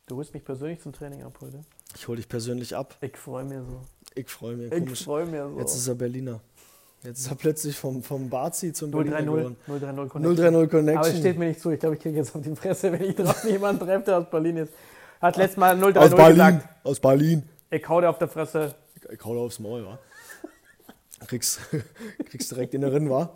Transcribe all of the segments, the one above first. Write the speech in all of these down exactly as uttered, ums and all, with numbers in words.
Du holst mich persönlich zum Training ab heute. Ich hole dich persönlich ab. Ich freue mich so. Ich freue mich. Ich freue mich so. Jetzt ist er Berliner. Jetzt ist er plötzlich vom, vom Bazi zum Berliner geworden. null drei null null drei null Connection. Aber es steht mir nicht zu. Ich glaube, ich kriege jetzt auf die Fresse, wenn ich draußen jemanden treffe, der aus Berlin ist. Hat letztes Mal null drei null aus gesagt. Aus Berlin. Ich hau dir auf der Fresse. Ich, ich hau dir aufs Maul, wa? Kriegst, kriegst direkt in der Rinn, wa?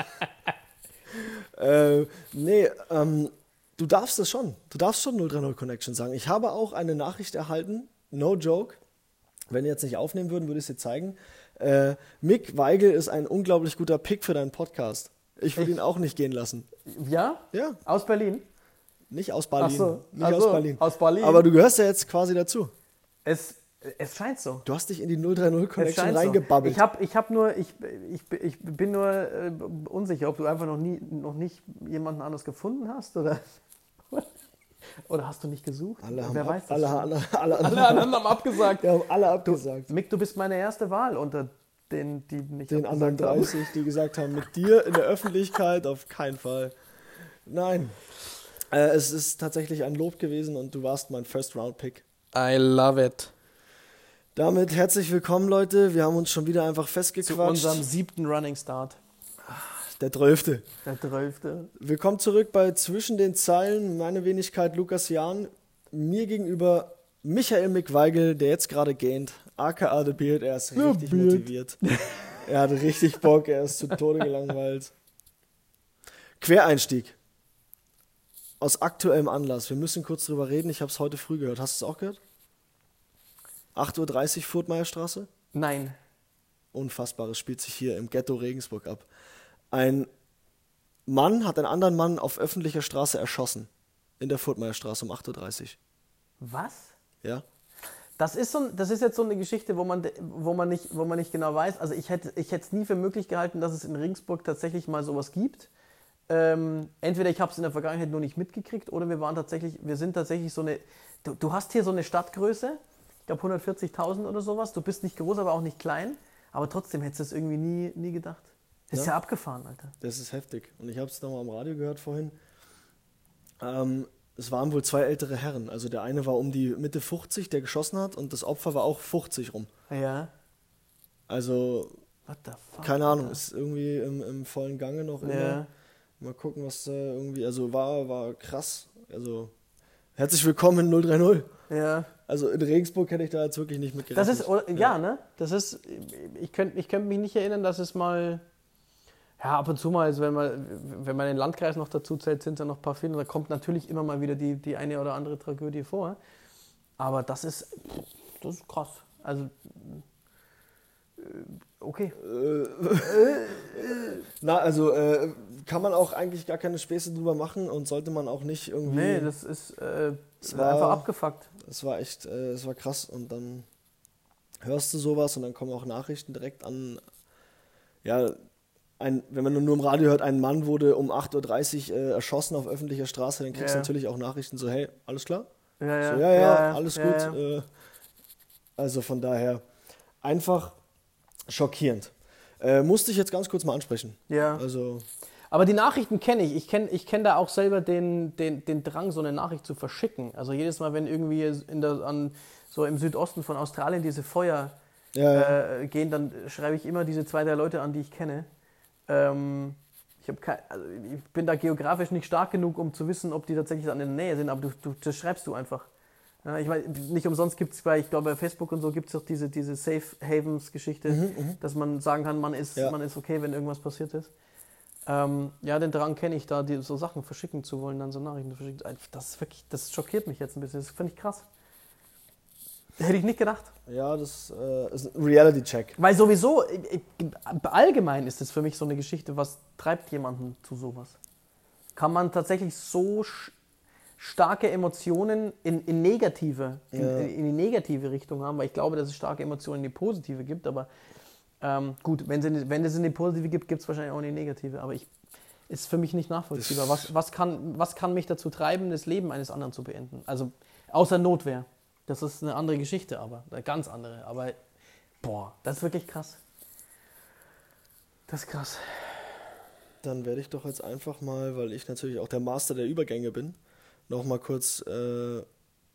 äh, nee, ähm, du darfst es schon. Du darfst schon null drei null Connection sagen. Ich habe auch eine Nachricht erhalten, no joke. Wenn wir jetzt nicht aufnehmen würden, würde ich es dir zeigen. Äh, Mick Weigel ist ein unglaublich guter Pick für deinen Podcast. Ich würde ihn auch nicht gehen lassen. Ja? Ja. Aus Berlin? Nicht aus Berlin. Ach so. Nicht Ach aus so. Berlin. Aus Berlin. Aber du gehörst ja jetzt quasi dazu. Es, es scheint so. Du hast dich in die null drei null Es Connection scheint reingebabbelt. So. Ich habe ich hab nur, ich, ich, ich bin nur äh, unsicher, ob du einfach noch, nie, noch nicht jemanden anderes gefunden hast oder, oder hast du nicht gesucht? Alle haben Wer ab, weiß das alle, schon? alle, alle, alle, Alle anderen haben abgesagt. Wir haben alle abgesagt. Mick, du bist meine erste Wahl unter den, die nicht Den anderen abgesagt haben. dreißig, die gesagt haben, mit dir in der Öffentlichkeit auf keinen Fall. Nein. Äh, es ist tatsächlich ein Lob gewesen und du warst mein First-Round-Pick. I love it. Damit herzlich willkommen, Leute. Wir haben uns schon wieder einfach Zu festgequatscht. unserem siebten Running Start. Der Zwölfte. Der zwölfte. Willkommen zurück bei Zwischen den Zeilen. Meine Wenigkeit Lukas Jahn. Mir gegenüber Michael Mick Weigel, der jetzt gerade gähnt. A K A The Beard. Er ist The richtig Beard. motiviert. Er hat richtig Bock. Er ist zu Tode gelangweilt. Quereinstieg. Aus aktuellem Anlass. Wir müssen kurz drüber reden. Ich habe es heute früh gehört. Hast du es auch gehört? acht Uhr dreißig Furtmeierstraße. Nein. Unfassbares spielt sich hier im Ghetto Regensburg ab. Ein Mann hat einen anderen Mann auf öffentlicher Straße erschossen. In der Furtmeierstraße um acht Uhr dreißig. Was? Ja. Das ist, so, das ist jetzt so eine Geschichte, wo man, wo man, nicht, wo man nicht genau weiß. Also ich hätte ich hätte es nie für möglich gehalten, dass es in Regensburg tatsächlich mal sowas gibt. Ähm, entweder ich habe es in der Vergangenheit nur nicht mitgekriegt oder wir waren tatsächlich, wir sind tatsächlich so eine, du, du hast hier so eine Stadtgröße, ich glaube hundertvierzigtausend oder sowas, du bist nicht groß, aber auch nicht klein, aber trotzdem hättest du es irgendwie nie, nie gedacht. Das ist Ja. ja abgefahren, Alter. Das ist heftig. Und ich habe es nochmal am Radio gehört vorhin. Ähm, es waren wohl zwei ältere Herren. Also der eine war um die Mitte fünfzig, der geschossen hat, und das Opfer war auch fünfzig rum. Ja. Also, What the fuck? keine Ahnung, Alter. ist irgendwie im, im vollen Gange noch immer. Ja. Mal gucken, was da irgendwie, also war, war krass. Also, herzlich willkommen in null drei null. Ja. Also in Regensburg hätte ich da jetzt wirklich nicht mit gerechnet. Das ist, oder, ja, ne? Das ist, ich könnte ich könnt mich nicht erinnern, dass es mal, ja, ab und zu mal, also wenn man, wenn man den Landkreis noch dazu zählt, sind es ja noch ein paar Fälle, da kommt natürlich immer mal wieder die, die eine oder andere Tragödie vor. Aber das ist, das ist krass. Also, okay. Na, also äh, kann man auch eigentlich gar keine Späße drüber machen und sollte man auch nicht irgendwie... Nee, das ist äh, Es war- einfach abgefuckt. Es war echt, äh, es war krass, und dann hörst du sowas und dann kommen auch Nachrichten direkt an, ja, ein, wenn man nur im Radio hört, ein Mann wurde um acht Uhr dreißig äh, erschossen auf öffentlicher Straße, dann kriegst Ja. du natürlich auch Nachrichten so, hey, alles klar? Ja, ja, So, ja, ja, ja, alles ja, gut. ja. Äh, also von daher einfach schockierend. Äh, musste ich jetzt ganz kurz mal ansprechen. Ja. Also, Aber die Nachrichten kenne ich. Ich kenne ich kenn da auch selber den, den, den Drang, so eine Nachricht zu verschicken. Also jedes Mal, wenn irgendwie in der, an, so im Südosten von Australien diese Feuer ja, ja. äh, gehen, dann schreibe ich immer diese zwei, drei Leute an, die ich kenne. Ähm, ich, hab kein, also ich bin da geografisch nicht stark genug, um zu wissen, ob die tatsächlich an der Nähe sind, aber du, du, das schreibst du einfach. Ja, ich meine, nicht umsonst gibt es bei, ich glaube bei Facebook und so gibt es auch diese, diese Safe Havens Geschichte, Mhm, dass man sagen kann, man ist, Ja. man ist okay, wenn irgendwas passiert ist. Ähm, ja, den Drang kenne ich da, die, so Sachen verschicken zu wollen, dann so Nachrichten verschicken. Das ist wirklich, das schockiert mich jetzt ein bisschen, das finde ich krass. Hätte ich nicht gedacht. ja, das äh, ist ein Reality-Check. Weil sowieso, ich, ich, allgemein ist es für mich so eine Geschichte, was treibt jemanden zu sowas? Kann man tatsächlich so sch- starke Emotionen in, in negative, in, Ja. in, in die negative Richtung haben, weil ich glaube, dass es starke Emotionen in die positive gibt, aber ähm, gut, wenn, sie, wenn es in die positive gibt, gibt es wahrscheinlich auch in die negative, aber ich ist für mich nicht nachvollziehbar. Was, was, kann, was kann mich dazu treiben, das Leben eines anderen zu beenden? Also außer Notwehr. Das ist eine andere Geschichte, aber eine ganz andere. Aber boah, das ist wirklich krass. Das ist krass. Dann werde ich doch jetzt einfach mal, weil ich natürlich auch der Master der Übergänge bin, nochmal kurz äh,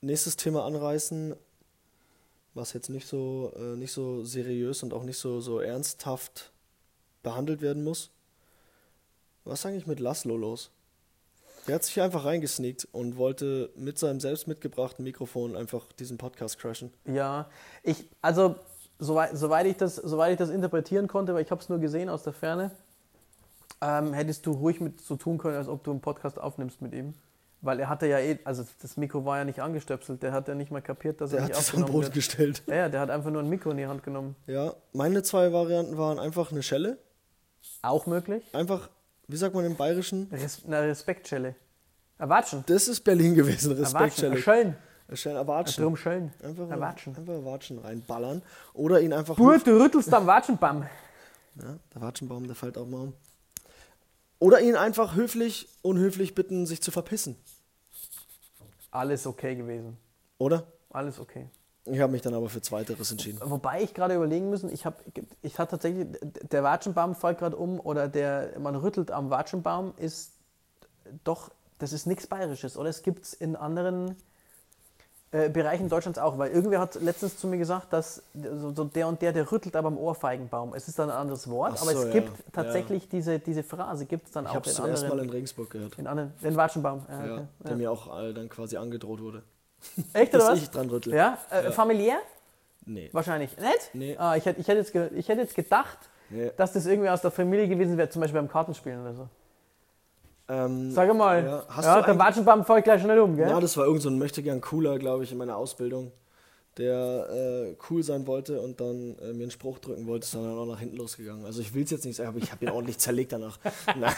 nächstes Thema anreißen, was jetzt nicht so, äh, nicht so seriös und auch nicht so, so ernsthaft behandelt werden muss. Was ist eigentlich mit Laszlo los? Der hat sich hier einfach reingesneakt und wollte mit seinem selbst mitgebrachten Mikrofon einfach diesen Podcast crashen. Ja, ich, also soweit, soweit, ich, das, soweit ich das interpretieren konnte, weil ich habe es nur gesehen aus der Ferne, ähm, hättest du ruhig mit so tun können, als ob du einen Podcast aufnimmst mit ihm. Weil er hatte ja eh, also das Mikro war ja nicht angestöpselt, der hat ja nicht mal kapiert, dass Der er hat nicht sich am aufgenommen Boden wird. gestellt. Ja, ja, der hat einfach nur ein Mikro in die Hand genommen. Ja, meine zwei Varianten waren einfach eine Schelle. Auch möglich. Einfach, wie sagt man im Bayerischen? Res, eine Respektschelle. Erwatschen. Das ist Berlin gewesen, Respektschelle. Schön. Schön erwatschen. Drum schön. Einfach Erwatschen. Einfach Watschen reinballern. Oder ihn einfach... Gut, du rüttelst am Watschenbaum. Ja, der Watschenbaum, der fällt auch mal um. Oder ihn einfach höflich, unhöflich bitten, sich zu verpissen. Alles okay gewesen. Oder? Alles okay. Ich habe mich dann aber für Zweiteres entschieden. Wobei ich gerade überlegen müssen, ich habe ich hab tatsächlich, der Watschenbaum fällt gerade um oder der, man rüttelt am Watschenbaum ist doch, das ist nichts Bayerisches, oder? Es gibt es in anderen äh, Bereichen Deutschlands auch, weil irgendwer hat letztens zu mir gesagt, dass so, so der und der, der rüttelt aber am Ohrfeigenbaum. Es ist dann ein anderes Wort, Ach aber so, es ja, gibt ja. tatsächlich diese, diese Phrase, gibt es dann Ich auch habe in es zum ersten Mal anderen, in Regensburg gehört. in anderen, den Watschenbaum. Ja, Ja, okay. der Ja. mir auch äh, dann quasi angedroht wurde. Echt, oder Dass was? ich dran rüttle. Ja? Äh, Ja. Familiär? Nee. Wahrscheinlich. Nicht? Nee. Ah, ich hätte ich hätte jetzt, ge- ich hätte jetzt gedacht, Nee. dass das irgendwie aus der Familie gewesen wäre, zum Beispiel beim Kartenspielen oder so. Ähm, Sag mal, Ja, ja, hast der du ein- Watschenbaum fällt gleich schnell um, gell? Ja, das war irgend so ein möchtegern Cooler, glaube ich, in meiner Ausbildung, der äh, cool sein wollte und dann äh, mir einen Spruch drücken wollte, ist dann auch nach hinten losgegangen. Also ich will es jetzt nicht sagen, aber ich habe ihn ordentlich zerlegt danach. Nein.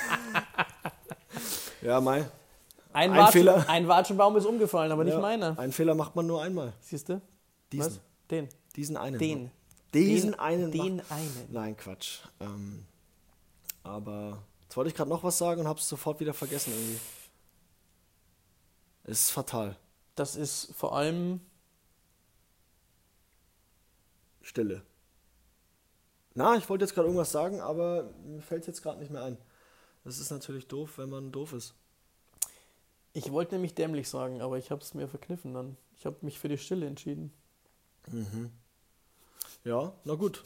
Ja, Mai. ein, ein Watschen, Fehler. ein Watschenbaum ist umgefallen, aber nicht Ja, meiner. einen Fehler macht man nur einmal. Siehst du? Diesen. Was? Den. Diesen einen. Den. Diesen den, einen. Den macht- einen. Nein, Quatsch. Ähm, aber jetzt wollte ich gerade noch was sagen und habe es sofort wieder vergessen irgendwie. Es ist fatal. Das ist vor allem. Stille. Na, ich wollte jetzt gerade irgendwas sagen, aber mir fällt es jetzt gerade nicht mehr ein. Das ist natürlich doof, wenn man doof ist. Ich wollte nämlich dämlich sagen, aber ich habe es mir verkniffen dann. Ich habe mich für die Stille entschieden. Ja, na gut.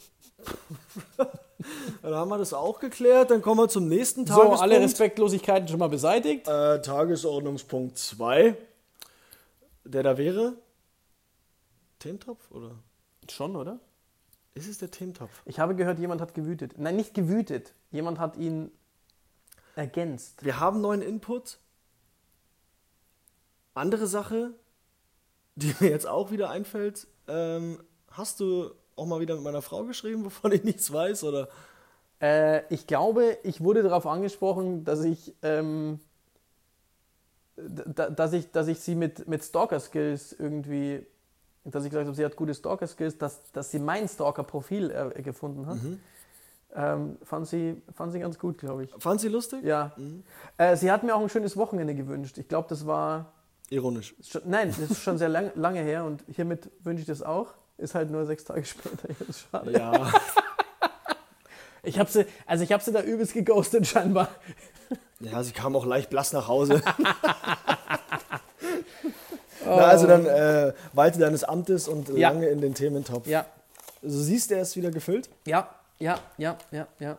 Dann haben wir das auch geklärt. Dann kommen wir zum nächsten So, Tagespunkt. alle Respektlosigkeiten schon mal beseitigt. Äh, Tagesordnungspunkt zwei. Der da wäre? Thementopf, oder? Schon, oder? Ist es der Thementopf? Ich habe gehört, jemand hat gewütet. Nein, nicht gewütet. Jemand hat ihn ergänzt. Wir haben neuen Input. Andere Sache, die mir jetzt auch wieder einfällt. Ähm, hast du auch mal wieder mit meiner Frau geschrieben, wovon ich nichts weiß? Oder? Äh, ich glaube, ich wurde darauf angesprochen, dass ich, ähm, d- dass ich, dass ich sie mit, mit Stalker-Skills irgendwie, dass ich gesagt habe, sie hat gute Stalker-Skills, dass, dass sie mein Stalker-Profil äh, gefunden hat. Ähm, fand, sie, fand sie ganz gut, glaube ich. Fand sie lustig? Ja. Äh, sie hat mir auch ein schönes Wochenende gewünscht. Ich glaube, das war... Ironisch. Schon, nein, das ist schon sehr lang, lange her und hiermit wünsche ich das auch. Ist halt nur sechs Tage später. Das ist schade. Ja. Ich habe sie, also ich habe sie da übelst geghostet scheinbar. Ja, sie kam auch leicht blass nach Hause. Na, also dann äh, walte deines Amtes und Ja. lange in den Thementopf. Ja, Also siehst du, er ist wieder gefüllt? ja, ja, ja, ja, ja.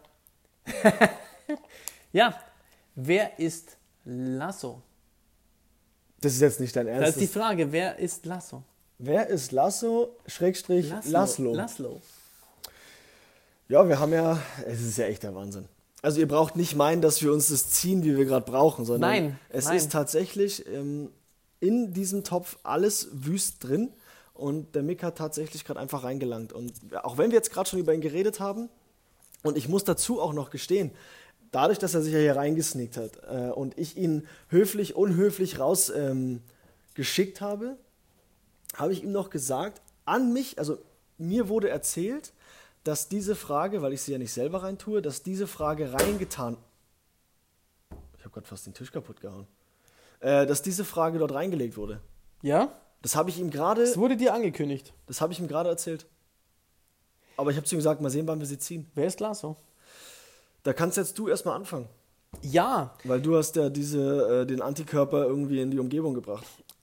Ja, wer ist Lasso? Das ist jetzt nicht dein Das Ernst. ist die Frage, wer ist Lasso? Wer ist Lasso, Schrägstrich Laszlo? Laszlo. Ja, wir haben ja, es ist ja echt der Wahnsinn. Also ihr braucht nicht meinen, dass wir uns das ziehen, wie wir gerade brauchen, sondern Nein, es nein. ist tatsächlich ähm, in diesem Topf alles wüst drin und der Mick hat tatsächlich gerade einfach reingelangt. Und auch wenn wir jetzt gerade schon über ihn geredet haben, und ich muss dazu auch noch gestehen, dadurch, dass er sich ja hier reingesneakt hat äh, und ich ihn höflich, unhöflich raus ähm, geschickt habe, habe ich ihm noch gesagt, an mich, also mir wurde erzählt, dass diese Frage, weil ich sie ja nicht selber reintue, dass diese Frage reingetan... Ich habe gerade fast den Tisch kaputt gehauen. Äh, dass diese Frage dort reingelegt wurde. Ja? Das habe ich ihm gerade, Es wurde dir angekündigt. das habe ich ihm gerade erzählt. Aber ich habe zu ihm gesagt, mal sehen, wann wir sie ziehen. Wer ist Lasso? Da kannst jetzt du erstmal anfangen. Ja, Weil du hast ja diese, äh, den Antikörper irgendwie in die Umgebung gebracht.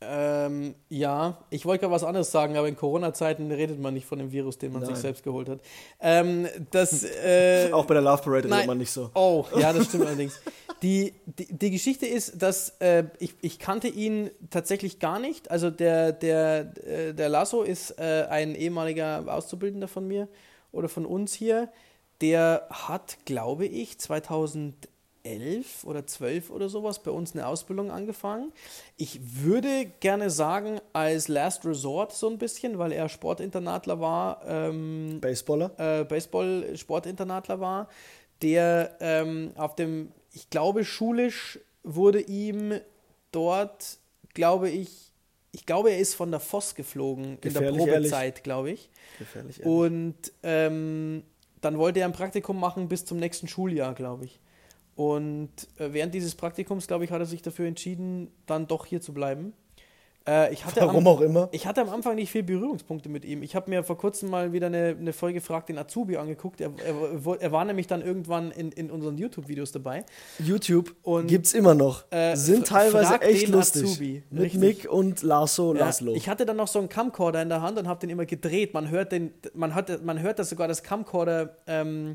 Ähm, ja, ich wollte gerade was anderes sagen, aber in Corona-Zeiten redet man nicht von dem Virus, den man Nein. sich selbst geholt hat. Ähm, das, äh, Auch bei der Love Parade nein. redet man nicht so. Oh, ja, das stimmt allerdings. Die, die, die Geschichte ist, dass äh, ich, ich kannte ihn tatsächlich gar nicht. Also der, der, äh, der Lasso ist äh, ein ehemaliger Auszubildender von mir oder von uns hier. Der hat, glaube ich, zweitausendelf oder zwölf oder sowas bei uns eine Ausbildung angefangen. Ich würde gerne sagen, als Last Resort so ein bisschen, weil er Sportinternatler war. Ähm, Baseballer? Äh, Baseball-Sportinternatler war, der ähm, auf dem, ich glaube, schulisch wurde ihm dort, glaube ich, ich glaube, er ist von der Voss geflogen Gefährlich in der Probezeit, glaube ich. Gefährlich ehrlich. Und ähm, dann wollte er ein Praktikum machen bis zum nächsten Schuljahr, glaube ich. Und äh, während dieses Praktikums, glaube ich, hat er sich dafür entschieden, dann doch hier zu bleiben. Äh, ich hatte Warum am, auch immer. Ich hatte am Anfang nicht viel Berührungspunkte mit ihm. Ich habe mir vor kurzem mal wieder eine, eine Folge Frag den Azubi angeguckt. Er, er, er war nämlich dann irgendwann in, in unseren YouTube-Videos dabei. YouTube Und, gibt's immer noch. Äh, Sind teilweise Frag echt den lustig. Azubi. Mit Richtig. Mick und Lasso, Ja, Laszlo. ich hatte dann noch so einen Camcorder in der Hand und habe den immer gedreht. Man hört, den, man hat, man hört das sogar das Camcorder ähm,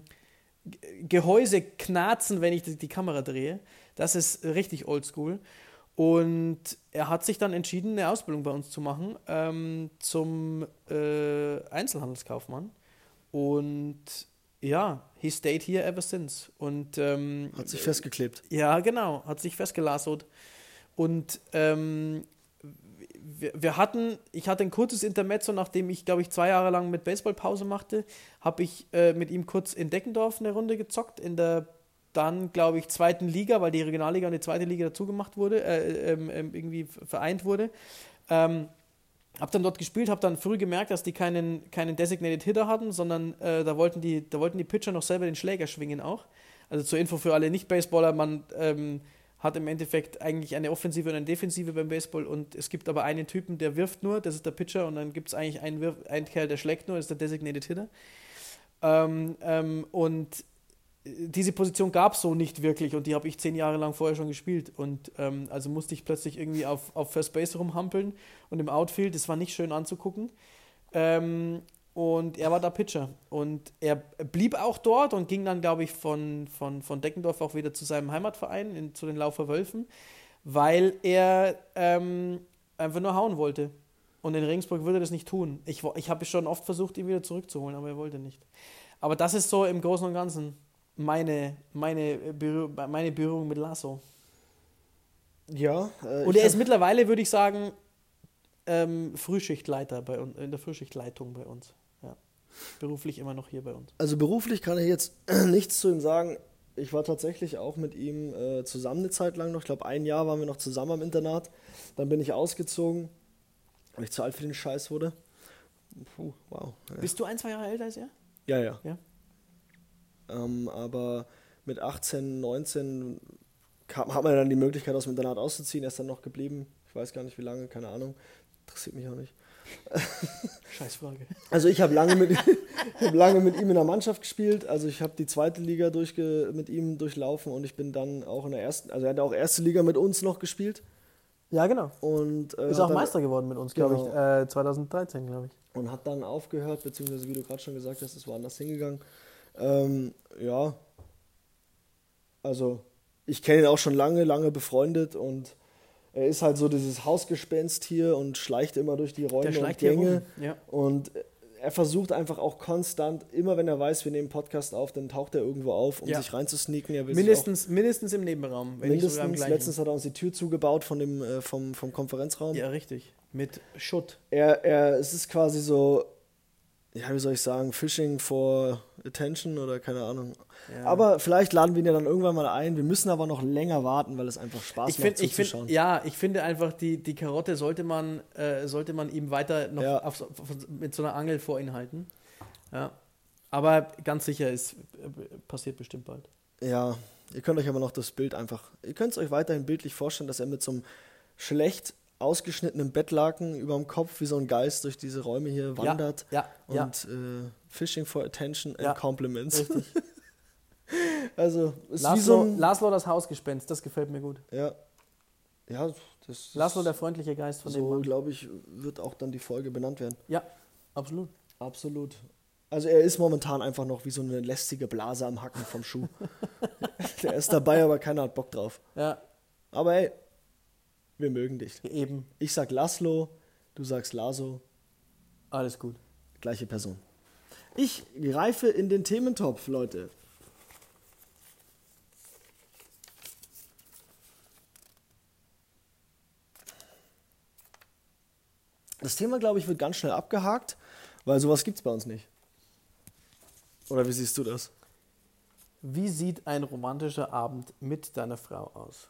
Gehäuse knarzen, wenn ich die, die Kamera drehe. Das ist richtig oldschool. Und er hat sich dann entschieden, eine Ausbildung bei uns zu machen ähm, zum äh, Einzelhandelskaufmann. Und ja, he stayed here ever since. Und, ähm, Hat sich festgeklebt. Ja, genau, hat sich festgelassert. Und ähm, wir, wir hatten, ich hatte ein kurzes Intermezzo, nachdem ich, glaube ich, zwei Jahre lang mit Baseballpause machte, habe ich äh, mit ihm kurz in Deckendorf eine Runde gezockt, in der dann, glaube ich, zweiten Liga, weil die Regionalliga und die zweite Liga dazu gemacht wurde, äh, ähm, irgendwie vereint wurde. Ähm, hab dann dort gespielt, habe dann früh gemerkt, dass die keinen, keinen Designated Hitter hatten, sondern äh, da, wollten die, da wollten die Pitcher noch selber den Schläger schwingen auch. Also zur Info für alle Nicht-Baseballer, man ähm, hat im Endeffekt eigentlich eine Offensive und eine Defensive beim Baseball und es gibt aber einen Typen, der wirft nur, das ist der Pitcher, und dann gibt es eigentlich einen, Wirf- einen Kerl, der schlägt nur, das ist der Designated Hitter. Ähm, ähm, und diese Position gab es so nicht wirklich und die habe ich zehn Jahre lang vorher schon gespielt und ähm, also musste ich plötzlich irgendwie auf, auf First Base rumhampeln und im Outfield, das war nicht schön anzugucken. Ähm, und er war da Pitcher und er blieb auch dort und ging dann, glaube ich, von, von, von Deckendorf auch wieder zu seinem Heimatverein, in, zu den Laufer Wölfen, weil er ähm, einfach nur hauen wollte. Und in Regensburg würde er das nicht tun. Ich, ich habe schon oft versucht, ihn wieder zurückzuholen, aber er wollte nicht. Aber das ist so im Großen und Ganzen meine, meine, Berühr- meine Berührung mit Lasso. Ja. Äh, Und ich er ist hab- mittlerweile, würde ich sagen, ähm, Frühschichtleiter bei uns, in der Frühschichtleitung bei uns. Ja. Beruflich immer noch hier bei uns. Also beruflich kann ich jetzt nichts zu ihm sagen. Ich war tatsächlich auch mit ihm äh, zusammen eine Zeit lang noch. Ich glaube, ein Jahr waren wir noch zusammen am Internat. Dann bin ich ausgezogen, weil ich zu alt für den Scheiß wurde. Puh, wow. Ja. Bist du ein, zwei Jahre älter als er? Ja, ja. Ja. Ähm, aber mit achtzehn, neunzehn kam, hat man dann die Möglichkeit, aus dem Internat auszuziehen. Er ist dann noch geblieben. Ich weiß gar nicht, wie lange, keine Ahnung. Interessiert mich auch nicht. Scheißfrage. Also ich habe lange, mit- ich hab lange mit ihm in der Mannschaft gespielt. Also ich habe die zweite Liga durchge, mit ihm durchlaufen und ich bin dann auch in der ersten, also er hat auch erste Liga mit uns noch gespielt. Ja, genau. Und, äh, Ist hat auch dann, Meister geworden mit uns, glaube Genau. ich. Äh, zweitausenddreizehn, glaube ich. Und hat dann aufgehört, beziehungsweise wie du gerade schon gesagt hast, ist woanders hingegangen. Ähm, ja, also ich kenne ihn auch schon lange, lange befreundet und er ist halt so dieses Hausgespenst hier und schleicht immer durch die Räume Der und schleicht hier Gänge. rum. Ja. Und er versucht einfach auch konstant, immer wenn er weiß, wir nehmen Podcast auf, dann taucht er irgendwo auf, um Ja. sich reinzusneaken. Er will Mindestens, mindestens im Nebenraum, sich wenn auch, nicht sogar im mindestens, gleichen. letztens hat er uns die Tür zugebaut von dem, äh, vom, vom Konferenzraum. Ja, richtig. Mit Schutt. Er, er, es ist quasi so, ja, wie soll ich sagen, Fishing for Attention oder keine Ahnung. Ja. Aber vielleicht laden wir ihn ja dann irgendwann mal ein. Wir müssen aber noch länger warten, weil es einfach Spaß Ich macht finde, ich zuzuschauen. find, ja, ich finde einfach, die, die Karotte sollte man, äh, sollte man ihm weiter noch Ja. auf, so- auf, mit so einer Angel vor ihn halten. Ja. Aber ganz sicher ist, äh, passiert bestimmt bald. Ja, ihr könnt euch aber noch das Bild einfach, ihr könnt es euch weiterhin bildlich vorstellen, dass er mit so einem schlecht ausgeschnittenen Bettlaken über dem Kopf wie so ein Geist durch diese Räume hier wandert Ja, ja, und äh, Fishing for Attention and Ja, Compliments. richtig. Also, ist wie Laszlo, so ein, Laszlo, das Hausgespenst, das gefällt mir gut. ja, ja, Das Laszlo, ist- der freundliche Geist von dem So, Mann. glaube ich, wird auch dann die Folge benannt werden. Ja, absolut. Absolut. Also er ist momentan einfach noch wie so eine lästige Blase am Hacken vom Schuh. Der ist dabei, aber keiner hat Bock drauf. Ja, Aber ey, wir mögen dich. eben. Ich sag Laszlo, du sagst Laso, Alles gut. gleiche Person. Ich greife in den Thementopf, Leute. Das Thema, glaube ich, wird ganz schnell abgehakt, weil sowas gibt es bei uns nicht. Oder wie siehst du das? Wie sieht ein romantischer Abend mit deiner Frau aus?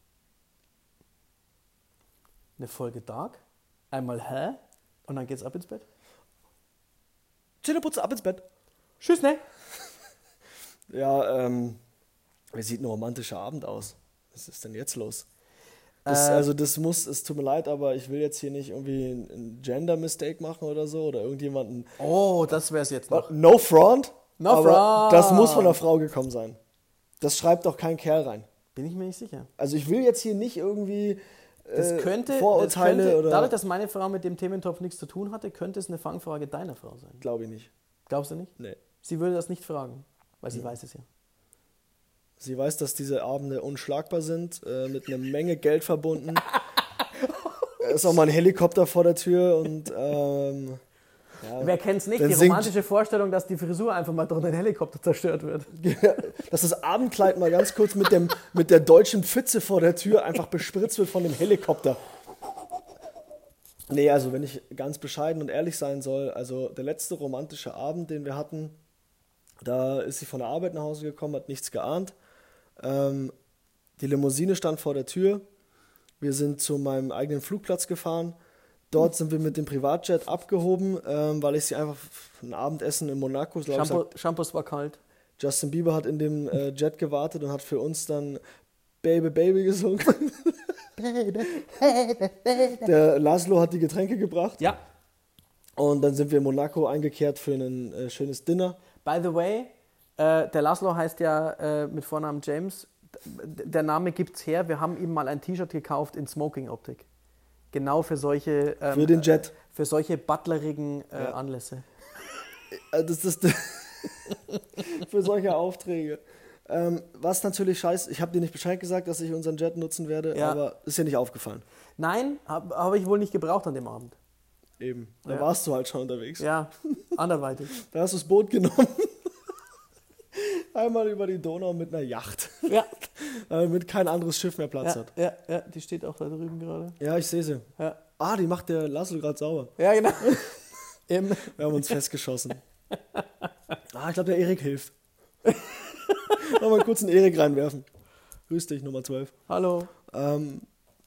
Eine Folge Dark, einmal hä und dann geht's ab ins Bett. Zähneputze, ab ins Bett. Tschüss, ne? Ja, ähm, wie sieht ein romantischer Abend aus? Was ist denn jetzt los? Das, Äh, also das muss, es tut mir leid, aber ich will jetzt hier nicht irgendwie ein Gender-Mistake machen oder so oder irgendjemanden. Oh, das wär's jetzt noch. No front, No aber front. das muss von einer Frau gekommen sein. Das schreibt doch kein Kerl rein. Bin ich mir nicht sicher. Also ich will jetzt hier nicht irgendwie Das äh, könnte, das Vorurteile könnte oder... dadurch, dass meine Frau mit dem Thementopf nichts zu tun hatte, könnte es eine Fangfrage deiner Frau sein. Glaube ich nicht. Glaubst du nicht? Nee. Sie würde das nicht fragen, weil sie weiß es ja. Sie weiß, dass diese Abende unschlagbar sind, äh, mit einer Menge Geld verbunden. Es ist auch mal ein Helikopter vor der Tür und ähm, ja, Wer kennt's nicht? dann Die singt- romantische Vorstellung, dass die Frisur einfach mal durch einen Helikopter zerstört wird. dass das Abendkleid mal ganz kurz mit, dem, mit der deutschen Pfütze vor der Tür einfach bespritzt wird von dem Helikopter. Nee, also wenn ich ganz bescheiden und ehrlich sein soll, also der letzte romantische Abend, den wir hatten, da ist sie von der Arbeit nach Hause gekommen, hat nichts geahnt. Ähm, die Limousine stand vor der Tür. Wir sind zu meinem eigenen Flugplatz gefahren. Dort sind wir mit dem Privatjet abgehoben, ähm, weil ich sie einfach für ein Abendessen in Monaco, glaub ich, Shampoo, gesagt, Shampoos war kalt. Justin Bieber hat in dem äh, Jet gewartet und hat für uns dann Baby Baby gesungen. Der Laszlo hat die Getränke gebracht Ja. und dann sind wir in Monaco eingekehrt für ein äh, schönes Dinner. By the way, äh, der Laszlo heißt ja äh, mit Vornamen James. D- Der Name gibt's her. Wir haben ihm mal ein T-Shirt gekauft in Smoking-Optik. Genau für solche, ähm, Für den Jet. Äh, für solche butlerigen äh, Ja. Anlässe. Äh, Das ist für solche Aufträge. Ähm, was natürlich scheiße, ich habe dir nicht Bescheid gesagt, dass ich unseren Jet nutzen werde, Ja. aber ist dir nicht aufgefallen. Nein, habe hab ich wohl nicht gebraucht an dem Abend. Eben. Da Ja. warst du halt schon unterwegs. Ja, anderweitig. Da hast du das Boot genommen. Einmal über die Donau mit einer Yacht, Ja, damit kein anderes Schiff mehr Platz ja, hat. ja, ja, die steht auch da drüben gerade. Ja, ich sehe sie. Ja. Ah, die macht der Laszlo gerade sauber. Ja, genau. Im, Wir haben uns festgeschossen. Ah, ich glaube, der Erik hilft. Nochmal kurz einen Erik reinwerfen. Grüß dich, Nummer zwölf. hallo. Ähm,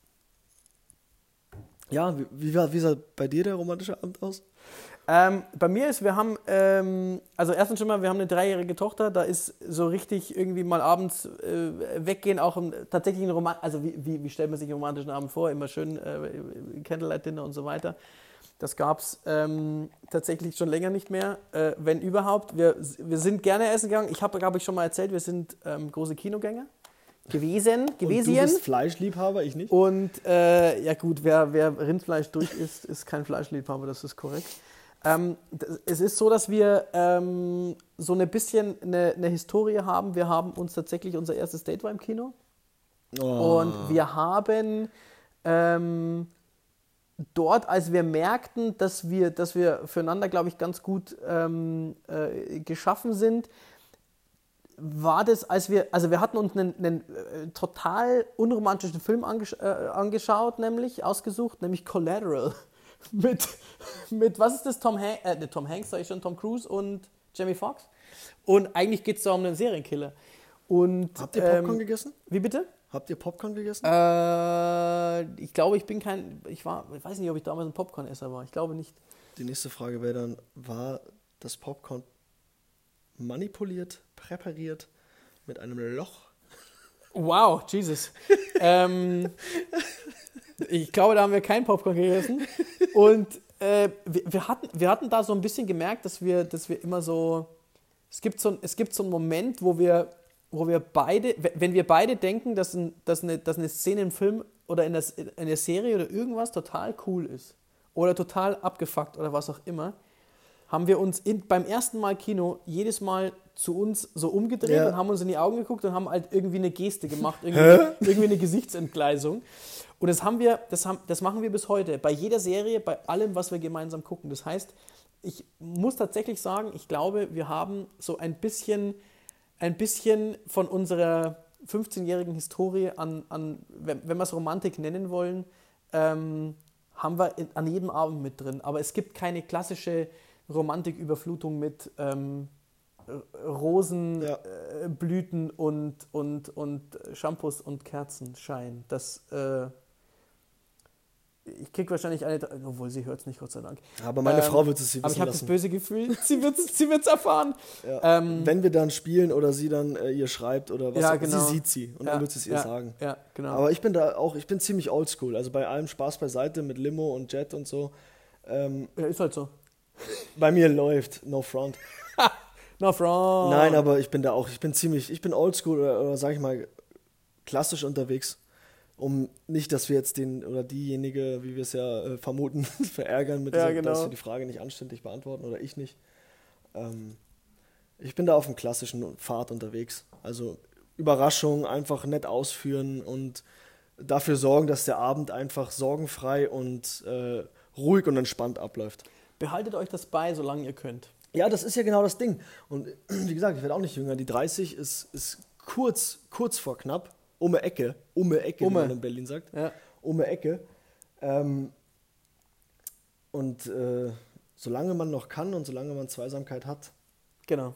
ja, wie, wie, war- wie sah bei dir der romantische Abend aus? Ähm, bei mir ist, wir haben, ähm, also erstens schon mal, wir haben eine dreijährige Tochter, da ist so richtig irgendwie mal abends äh, weggehen, auch im, tatsächlich ein Roman, also wie, wie, wie stellt man sich einen romantischen Abend vor? Immer schön äh, Candlelight-Dinner und so weiter. Das gab es ähm, tatsächlich schon länger nicht mehr, äh, wenn überhaupt. Wir, wir sind gerne essen gegangen. Ich habe, glaube ich, schon mal erzählt, wir sind ähm, große Kinogänger gewesen. Und du gewesen. bist Fleischliebhaber, ich nicht. Und äh, ja gut, wer, wer Rindfleisch durch isst, ist kein Fleischliebhaber, das ist korrekt. Ähm, das, es ist so, dass wir ähm, so ein bisschen eine, eine Historie haben. Wir haben uns tatsächlich, unser erstes Date war im Kino. Oh. Und wir haben ähm, dort, als wir merkten, dass wir, dass wir füreinander, glaube ich, ganz gut ähm, äh, geschaffen sind, war das, als wir, also wir hatten uns einen, einen äh, total unromantischen Film angesch äh, angeschaut, nämlich, ausgesucht, nämlich Collateral. mit, mit, was ist das, Tom, Han äh, nicht Tom Hanks, sag ich schon, Tom Cruise und Jamie Foxx. Und eigentlich geht es da um einen Serienkiller. Und, Habt ihr Popcorn ähm, gegessen? Wie bitte? Habt ihr Popcorn gegessen? Äh, ich glaube, ich bin kein, ich war, ich weiß nicht, ob ich damals ein Popcorn-Esser war. Ich glaube nicht. Die nächste Frage wäre dann, war das Popcorn manipuliert, präpariert mit einem Loch? Wow, Jesus. ähm, ich glaube, da haben wir kein Popcorn gegessen. Und äh, wir, wir, hatten, wir hatten da so ein bisschen gemerkt, dass wir, dass wir immer so, es gibt so, es gibt so einen Moment, wo wir, wo wir beide, wenn wir beide denken, dass, ein, dass, eine, dass eine Szene im Film oder in der, in der Serie oder irgendwas total cool ist oder total abgefuckt oder was auch immer, haben wir uns in, beim ersten Mal Kino jedes Mal zu uns so umgedreht Ja. und haben uns in die Augen geguckt und haben halt irgendwie eine Geste gemacht, irgendwie, irgendwie eine Gesichtsentgleisung. Und das haben wir, das, haben, das machen wir bis heute. Bei jeder Serie, bei allem, was wir gemeinsam gucken. Das heißt, ich muss tatsächlich sagen, ich glaube, wir haben so ein bisschen, ein bisschen von unserer fünfzehnjährigen Historie an, an wenn, wenn wir es Romantik nennen wollen, ähm, haben wir in, an jedem Abend mit drin. Aber es gibt keine klassische Romantiküberflutung mit ähm, Rosen, Ja. äh, Blüten und, und, und Shampoos und Kerzenschein. Das, äh, ich krieg wahrscheinlich eine, obwohl sie hört es nicht, Gott sei Dank. Aber meine Ähm, Frau wird es sie wissen Aber ich habe das lassen. böse Gefühl, sie wird es sie wird's erfahren. Ja. Ähm, Wenn wir dann spielen oder sie dann äh, ihr schreibt oder was Ja, auch, genau. sie sieht sie und ja, dann wird sie es ihr ja, sagen. Ja, genau. Aber ich bin da auch, ich bin ziemlich oldschool. Also bei allem Spaß beiseite mit Limo und Jet und so. Ähm, ja, ist halt so. bei mir läuft, no front. No front. Nein, aber ich bin da auch, ich bin ziemlich, ich bin oldschool oder, oder sag ich mal klassisch unterwegs, um nicht, dass wir jetzt den oder diejenige, wie wir es ja äh, vermuten, verärgern, mit Ja, dieser, genau. dass wir die Frage nicht anständig beantworten oder ich nicht. Ähm, ich bin da auf dem klassischen Pfad unterwegs. Also Überraschung, einfach nett ausführen und dafür sorgen, dass der Abend einfach sorgenfrei und äh, ruhig und entspannt abläuft. Behaltet euch das bei, solange ihr könnt. Ja, das ist ja genau das Ding. Und wie gesagt, ich werde auch nicht jünger. Die dreißig ist, ist kurz, kurz vor knapp. Um eine Ecke. Um eine Ecke, Umme. wie man in Berlin sagt. Ja. Um eine Ecke. Ähm, und äh, solange man noch kann und solange man Zweisamkeit hat, Genau.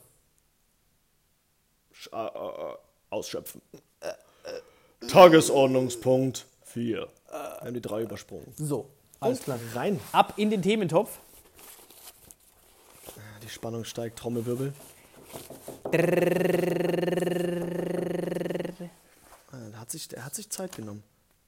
sch- äh, äh, ausschöpfen. Tagesordnungspunkt vier. Wir haben die drei übersprungen. So, alles Und klar. rein. Ab in den Thementopf. Die Spannung steigt. Trommelwirbel. Ah, der hat sich, der hat sich Zeit genommen.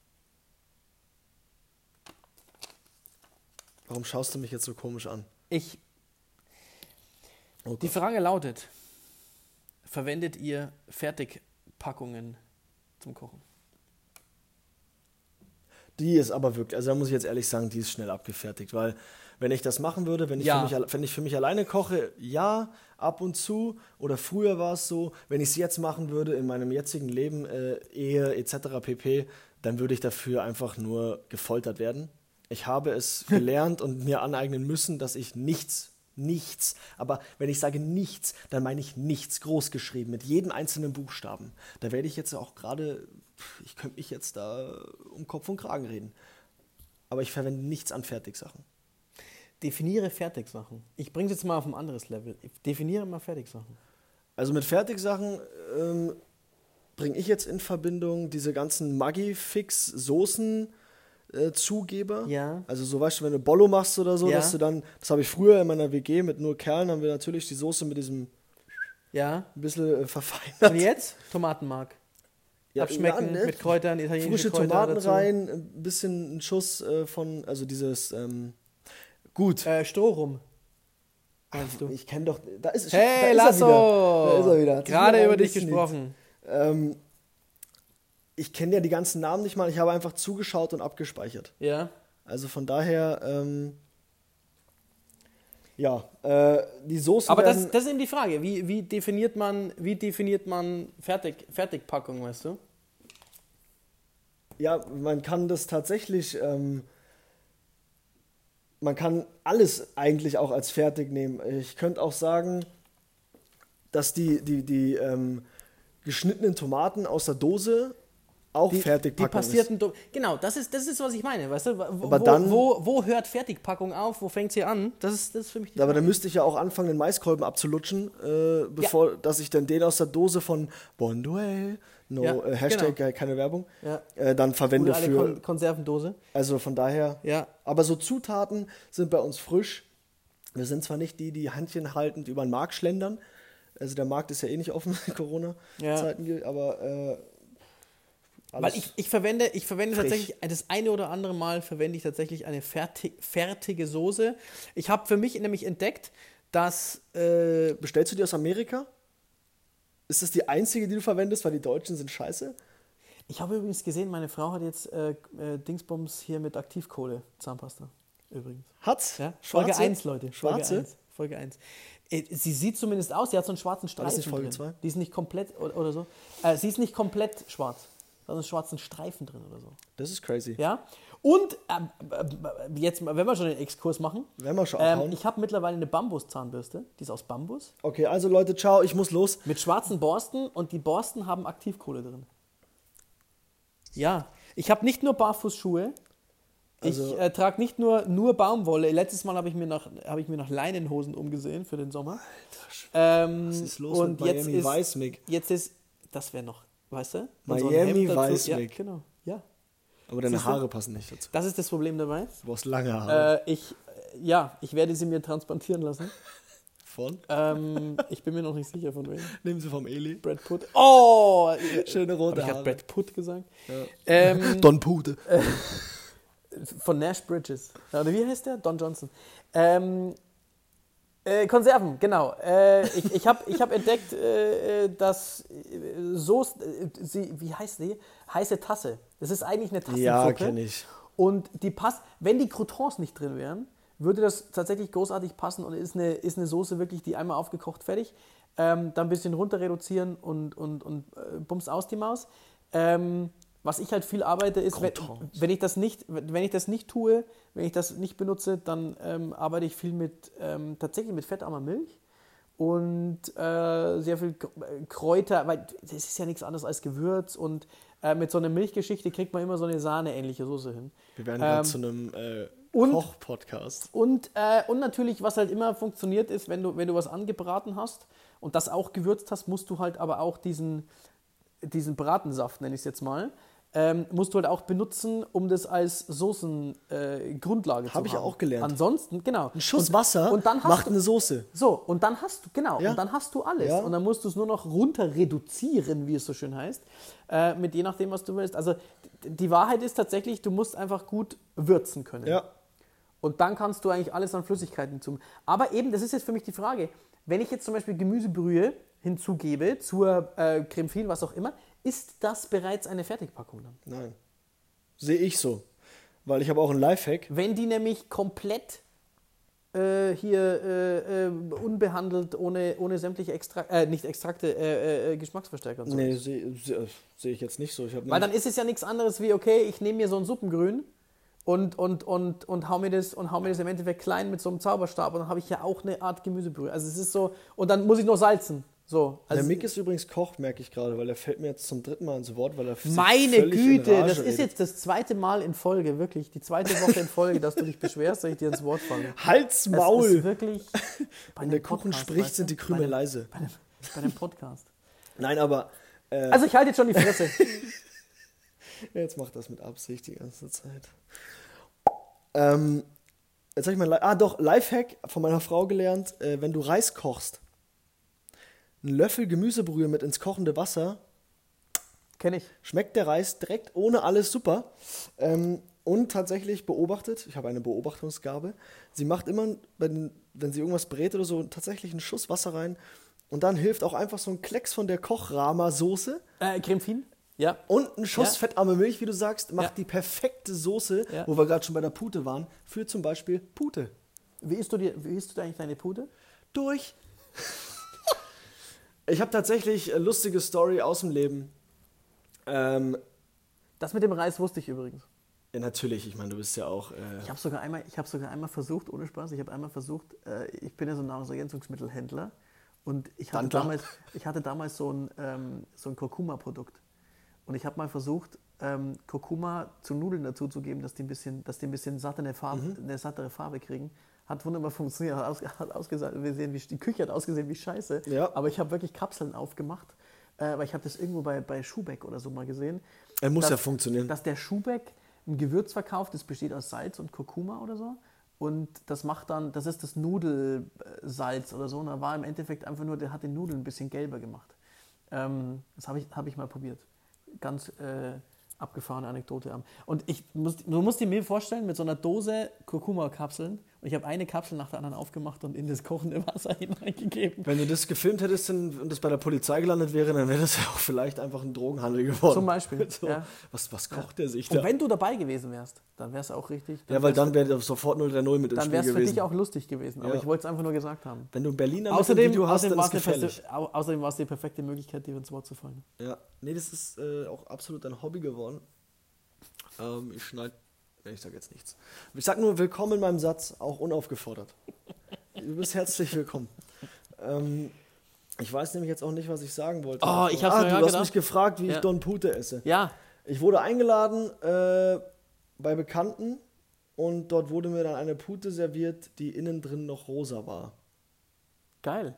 Warum schaust du mich jetzt so komisch an? Ich, Oh die Gott. Frage lautet, verwendet ihr Fertigpackungen zum Kochen? Die ist aber wirklich, also da muss ich jetzt ehrlich sagen, die ist schnell abgefertigt, weil wenn ich das machen würde, wenn ich, Ja. für, mich, alle- wenn ich für mich alleine koche, ja, ab und zu, oder früher war es so, wenn ich es jetzt machen würde, in meinem jetzigen Leben, äh, Ehe et cetera pp., dann würde ich dafür einfach nur gefoltert werden. Ich habe es gelernt und mir aneignen müssen, dass ich nichts, nichts, aber wenn ich sage nichts, dann meine ich nichts, groß geschrieben, mit jedem einzelnen Buchstaben. Da werde ich jetzt auch gerade, ich könnte mich jetzt da um Kopf und Kragen reden. Aber ich verwende nichts an Fertigsachen. Definiere Fertigsachen. Ich bringe es jetzt mal auf ein anderes Level. Ich definiere mal Fertigsachen. Also mit Fertigsachen ähm, bringe ich jetzt in Verbindung diese ganzen Maggi-Fix-Soßen, äh, Zugeber. Ja. Also so weißt du, wenn du Bollo machst oder so, Ja. dass du dann, das habe ich früher in meiner W G mit nur Kerlen, haben wir natürlich die Soße mit diesem Ja. ein bisschen äh, verfeinert. Und jetzt? Tomatenmark. Ja, Abschmecken ja, ne? mit Kräutern, italienische Frische Kräuter Tomaten dazu. rein, ein bisschen ein Schuss äh, von, also dieses, ähm, gut. Äh, Strohrum. Meinst du? Ich kenne doch, da ist, Hey, da ist er wieder. Lasso! Da ist er wieder. Hat sich Gerade wieder über dich reingesneakt. gesprochen. Ähm, ich kenne ja die ganzen Namen nicht mal, ich habe einfach zugeschaut und abgespeichert. Ja. Also von daher, ähm, ja, äh, die Soßen Aber das, werden, das ist eben die Frage. Wie, wie definiert man, wie definiert man Fertig, Fertigpackung, weißt du? ja, man kann das tatsächlich, ähm, man kann alles eigentlich auch als fertig nehmen. Ich könnte auch sagen, dass die, die, die ähm, geschnittenen Tomaten aus der Dose auch Die, die Fertigpackung ist. passierten Do- Genau, das ist, das ist, was ich meine, weißt du? Wo, Aber wo, dann- wo, wo hört Fertigpackung auf? Wo fängt sie an? Das ist, das ist für mich die Aber Frage. dann müsste ich ja auch anfangen, den Maiskolben abzulutschen, äh, bevor, dass ich dann den aus der Dose von Bonduel, no, Ja, äh, Hashtag, genau. äh, keine Werbung, Ja. äh, dann verwende Gute alte für, Kon Konservendose. also von daher, Ja. aber so Zutaten sind bei uns frisch. Wir sind zwar nicht die, die Handchen haltend über den Markt schlendern, also der Markt ist ja eh nicht offen, Corona-Zeiten, gilt, aber äh, alles. Weil ich, ich verwende, ich verwende frisch. tatsächlich, das eine oder andere Mal verwende ich tatsächlich eine fertig, fertige Soße. Ich habe für mich nämlich entdeckt, dass äh, Bestellst du die aus Amerika? Ist das die einzige, die du verwendest, weil die Deutschen sind scheiße? Ich habe übrigens gesehen, meine Frau hat jetzt äh, äh, Dingsbums hier mit Aktivkohle Zahnpasta. Übrigens. Hat's? Ja? Schwarze? Folge eins, Leute. Schwarze? Folge eins. Folge eins. Äh, sie sieht zumindest aus, sie hat so einen schwarzen War das Streifen nicht Folge drin. zwei? Die ist nicht komplett oder, oder so. Äh, sie ist nicht komplett schwarz. Da sind schwarzen Streifen drin oder so. Das ist crazy. Ja? Und ähm, äh, jetzt, wenn wir schon den Exkurs machen, Wenn wir schon ähm, abhauen. ich habe mittlerweile eine Bambuszahnbürste, die ist aus Bambus, Okay, also Leute, ciao, ich muss los. mit schwarzen Borsten und die Borsten haben Aktivkohle drin. Ja, ich habe nicht nur Barfußschuhe, Also- ich äh, trage nicht nur, nur Baumwolle. Letztes Mal habe ich, mir nach- hab ich mir nach Leinenhosen umgesehen für den Sommer. Ähm, Was ist los und mit jetzt Miami ist, Vice, Mick? Jetzt ist, das wäre noch, weißt du? Und so ein Miami Hemd dazu. Vice, Ja, Mick. genau, ja. Aber deine Siehst du? Haare passen nicht dazu. Das ist das Problem dabei. Du brauchst lange Haare. Äh, ich, äh, ja, ich werde sie mir transplantieren lassen. Von? Ähm, ich bin mir noch nicht sicher, von wem. Nehmen sie vom Eli. Brad Pitt. Oh! Schöne Hab rote ich gerade Haare. Brad Pitt gesagt? Ja. Ähm, Don Pute. von Nash Bridges. Ja, oder wie heißt der? Don Johnson. Ähm, äh, Konserven, genau. Äh, ich ich habe ich hab entdeckt, äh, äh, dass äh, Soße, äh, sie, wie heißt die? Heiße Tasse. Das ist eigentlich eine Tassensuppe. Ja, kenne ich. Und die passt, wenn die Croutons nicht drin wären, würde das tatsächlich großartig passen und ist eine, ist eine Soße wirklich, die einmal aufgekocht, fertig. Ähm, dann ein bisschen runter reduzieren und, und, und äh, bums aus die Maus. Ähm, was ich halt viel arbeite, ist, wenn, Croutons. wenn, ich das nicht, wenn ich das nicht tue, wenn ich das nicht benutze, dann ähm, arbeite ich viel mit, ähm, tatsächlich mit fettarmer Milch und äh, sehr viel K- Kräuter, weil das ist ja nichts anderes als Gewürz und äh, mit so einer Milchgeschichte kriegt man immer so eine Sahne-ähnliche Soße hin. Wir werden gerade Ähm, zu einem äh, und- Koch-Podcast. Und, äh, und natürlich, was halt immer funktioniert ist, wenn du, wenn du was angebraten hast und das auch gewürzt hast, musst du halt aber auch diesen, diesen Bratensaft, nenne ich es jetzt mal, ähm, musst du halt auch benutzen, um das als Soßengrundlage äh, Grundlage zu haben. Hab ich auch gelernt. Ansonsten, genau. Ein Schuss und, Wasser und dann hast macht du, eine Soße. So, und dann hast du, genau, Ja. und dann hast du alles. Ja. Und dann musst du es nur noch runter reduzieren, wie es so schön heißt, äh, mit je nachdem, was du willst. Also d- die Wahrheit ist tatsächlich, du musst einfach gut würzen können. Ja. Und dann kannst du eigentlich alles an Flüssigkeiten zum. Aber eben, das ist jetzt für mich die Frage, wenn ich jetzt zum Beispiel Gemüsebrühe hinzugebe zur äh, Creme Fraiche, was auch immer, ist das bereits eine Fertigpackung dann? Nein. Sehe ich so. Weil ich habe auch einen Lifehack. Wenn die nämlich komplett äh, hier äh, äh, unbehandelt, ohne, ohne sämtliche Extrakte, äh, nicht Extrakte, äh, äh, Geschmacksverstärker und so. Nee, sehe seh, seh ich jetzt nicht so. Ich hab Weil nämlich- dann ist es ja nichts anderes wie, okay, ich nehme mir so ein Suppengrün und, und, und, und, hau mir das, und hau mir das im Endeffekt klein mit so einem Zauberstab und dann habe ich ja auch eine Art Gemüsebrühe. Also es ist so, und dann muss ich noch salzen. So, der also Mick ist übrigens Koch, merke ich gerade, weil er fällt mir jetzt zum dritten Mal ins Wort, weil er sich meine völlig in Güte, Rage das ist redet. jetzt das zweite Mal in Folge, wirklich, die zweite Woche in Folge, dass du dich beschwerst, dass ich dir ins Wort falle. Halt's Es Maul! ist wirklich, bei Wenn einem der Kuchen Podcast, spricht, weißt sind du? die Krümel bei einem, leise. Bei einem, bei einem Podcast. Nein, aber äh, Also ich halte jetzt schon die Fresse. jetzt macht das mit Absicht die ganze Zeit. Ähm, jetzt habe ich mal, ah doch, Lifehack von meiner Frau gelernt, äh, wenn du Reis kochst, einen Löffel Gemüsebrühe mit ins kochende Wasser, Kenn ich. schmeckt der Reis direkt ohne alles super. Ähm, und tatsächlich beobachtet, ich habe eine Beobachtungsgabe, sie macht immer, wenn, wenn sie irgendwas brät oder so, tatsächlich einen Schuss Wasser rein. Und dann hilft auch einfach so ein Klecks von der Kochrama-Soße Äh, Creme Fraiche? Ja. und ein Schuss Ja. fettarme Milch, wie du sagst, macht Ja. die perfekte Soße, Ja. wo wir gerade schon bei der Pute waren, für zum Beispiel Pute. Wie isst du, dir, wie isst du eigentlich deine Pute? Durch. Ich habe tatsächlich eine lustige Story aus dem Leben. Ähm, Das mit dem Reis wusste ich übrigens. ja, natürlich, ich meine, du bist ja auch. Äh, Ich habe sogar einmal, ich habe sogar einmal versucht, ohne Spaß, ich habe einmal versucht, äh, ich bin ja so ein Nahrungsergänzungsmittelhändler und ich hatte Wandler. damals, ich hatte damals so ein, ähm, so ein Kurkuma-Produkt und ich habe mal versucht, ähm, Kurkuma zu Nudeln dazuzugeben, dass die ein bisschen, dass die ein bisschen satte eine, Farbe, Mhm. eine sattere Farbe kriegen. Hat wunderbar funktioniert, hat, aus, hat ausgesehen, wie, die Küche hat ausgesehen wie Scheiße, Ja. aber ich habe wirklich Kapseln aufgemacht, äh, weil ich habe das irgendwo bei, bei Schubeck oder so mal gesehen. er muss dass- ja funktionieren. Dass der Schubeck ein Gewürz verkauft, das besteht aus Salz und Kurkuma oder so. Und das macht dann, das ist das Nudelsalz oder so. Und da war im Endeffekt einfach nur, der hat den Nudeln ein bisschen gelber gemacht. Ähm, das habe ich, hab ich mal probiert. Ganz äh, abgefahrene Anekdote. Und ich muss, du musst dir mir vorstellen, mit so einer Dose Kurkuma-Kapseln und ich habe eine Kapsel nach der anderen aufgemacht und in das kochende Wasser hineingegeben. Wenn du das gefilmt hättest und das bei der Polizei gelandet wäre, dann wäre das ja auch vielleicht einfach ein Drogenhandel geworden. Zum Beispiel. So, ja. was, was kocht ja. der sich und da? Und wenn du dabei gewesen wärst, dann wäre es auch richtig. Ja, weil dann wäre sofort null drei null mit ins Spiel gewesen. Dann wäre es für dich auch lustig gewesen, aber ja. ich wollte es einfach nur gesagt haben. Wenn du ein Berliner außerdem, mit dem Video hast, außerdem dann ist gefährlich. Feste, au, außerdem war es die perfekte Möglichkeit, dir ins Wort zu fallen. Ja, nee, das ist äh, auch absolut ein Hobby geworden. Ähm, ich schneide, ich sage jetzt nichts. Ich sage nur willkommen in meinem Satz, auch unaufgefordert. Du bist herzlich willkommen. Ähm, ich weiß nämlich jetzt auch nicht, was ich sagen wollte. Oh, ich hab's ah, mir du ja hast gedacht. mich gefragt, wie ja. ich Don Pute esse. Ja. Ich wurde eingeladen äh, bei Bekannten und dort wurde mir dann eine Pute serviert, die innen drin noch rosa war. Geil.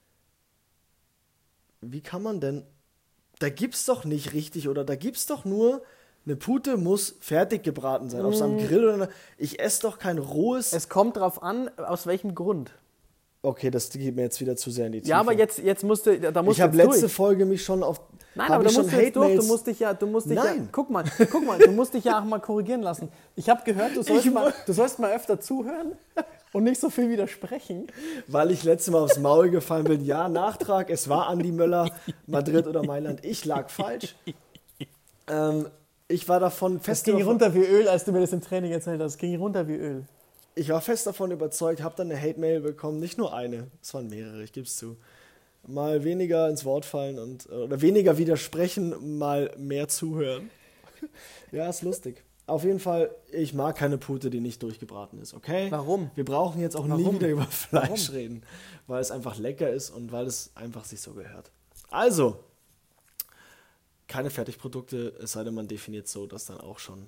Wie kann man denn... Da gibt's doch nicht richtig, oder? Da gibt's doch nur... Eine Pute muss fertig gebraten sein, auf so einem Grill oder... Ich esse doch kein rohes... Es kommt drauf an, aus welchem Grund. Okay, das geht mir jetzt wieder zu sehr in die Tiefe. Ja, aber jetzt, jetzt musst du, da musst ich habe jetzt letzte durch. Folge mich schon auf... Nein, aber da musst du jetzt durch, du musst dich ja, du musst dich Nein. ja, guck mal, guck mal, du musst dich ja auch mal korrigieren lassen. Ich habe gehört, du sollst, mal, du sollst mal öfter zuhören und nicht so viel widersprechen. Weil ich letztes Mal aufs Maul gefallen bin. Ja, Nachtrag, es war Andi Möller, Madrid oder Mailand. Ich lag falsch. Ähm, ich war davon fest... Es ging runter wie Öl, als du mir das im Training erzählt hast. Es ging runter wie Öl. Ich war fest davon überzeugt, habe dann eine Hate-Mail bekommen, nicht nur eine, es waren mehrere, ich gebe es zu. Mal weniger ins Wort fallen und oder weniger widersprechen, mal mehr zuhören. Ja, ist lustig. Auf jeden Fall, ich mag keine Pute, die nicht durchgebraten ist, okay? Warum? Wir brauchen jetzt auch Warum? nie wieder über Fleisch Warum? reden, weil es einfach lecker ist und weil es einfach sich so gehört. Also, keine Fertigprodukte, es sei denn, man definiert so, dass dann auch schon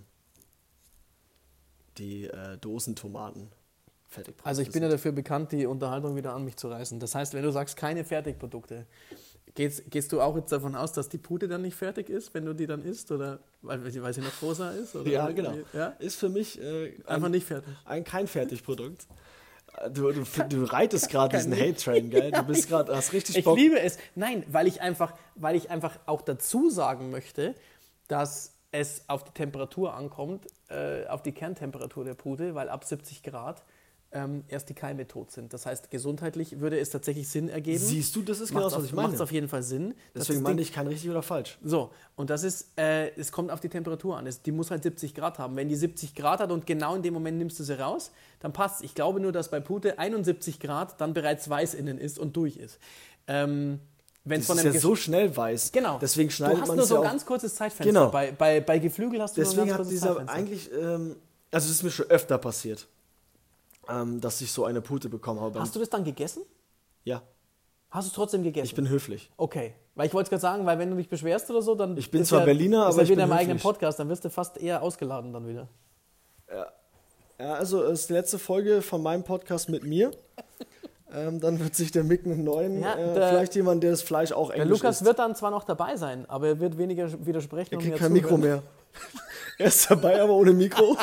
die äh, Dosentomaten fertig. Also ich bin ja dafür bekannt, die Unterhaltung wieder an mich zu reißen. Das heißt, wenn du sagst, keine Fertigprodukte, gehst, gehst du auch jetzt davon aus, dass die Pute dann nicht fertig ist, wenn du die dann isst? Oder weil, weil sie noch rosa ist? Oder ja, genau. Ja? Ist für mich äh, einfach ein, nicht fertig. Ein kein Fertigprodukt. Du, du, du reitest gerade diesen Hate-Train, gell? Du bist gerade, hast richtig Bock. Ich liebe es. Nein, weil ich einfach, weil ich einfach auch dazu sagen möchte, dass es auf die Temperatur ankommt, äh, auf die Kerntemperatur der Pute, weil ab siebzig Grad ähm, erst die Keime tot sind. Das heißt, gesundheitlich würde es tatsächlich Sinn ergeben. Siehst du, das ist genau das, was ich meine. Macht es auf jeden Fall Sinn. Deswegen meine ich kein richtig oder falsch. So, und das ist, äh, es kommt auf die Temperatur an. Es, die muss halt siebzig Grad haben. Wenn die siebzig Grad hat und genau in dem Moment nimmst du sie raus, dann passt es. Ich glaube nur, dass bei Pute einundsiebzig Grad dann bereits weiß innen ist und durch ist. Ähm, Wenn das von ist einem ja so schnell weiß. Genau. Deswegen schneidet du hast man nur es so ja ein auch. ganz kurzes Zeitfenster. Genau. Bei, bei, bei Geflügel hast du Deswegen nur ein hat ganz kurzes dieser Zeitfenster. eigentlich, ähm, also es ist mir schon öfter passiert, ähm, dass ich so eine Pute bekommen habe. Hast du das dann gegessen? Ja. Hast du es trotzdem gegessen? Ich bin höflich. Okay. Weil ich wollte es gerade sagen, weil wenn du dich beschwerst oder so, dann... Ich bin ist zwar ja, Berliner, ist aber ja ich wieder bin im eigenen höflich. Podcast, dann wirst du fast eher ausgeladen dann wieder. Ja, ja also es ist die letzte Folge von meinem Podcast mit mir. Ähm, dann wird sich der Mick einen neuen, Ja, äh, der- vielleicht jemand, der das Fleisch auch Der englisch Lukas isst. wird dann zwar noch dabei sein, aber er wird weniger widersprechen Er und kriegt mehr kein Mikro zuhören. mehr. Er ist dabei, aber ohne Mikro.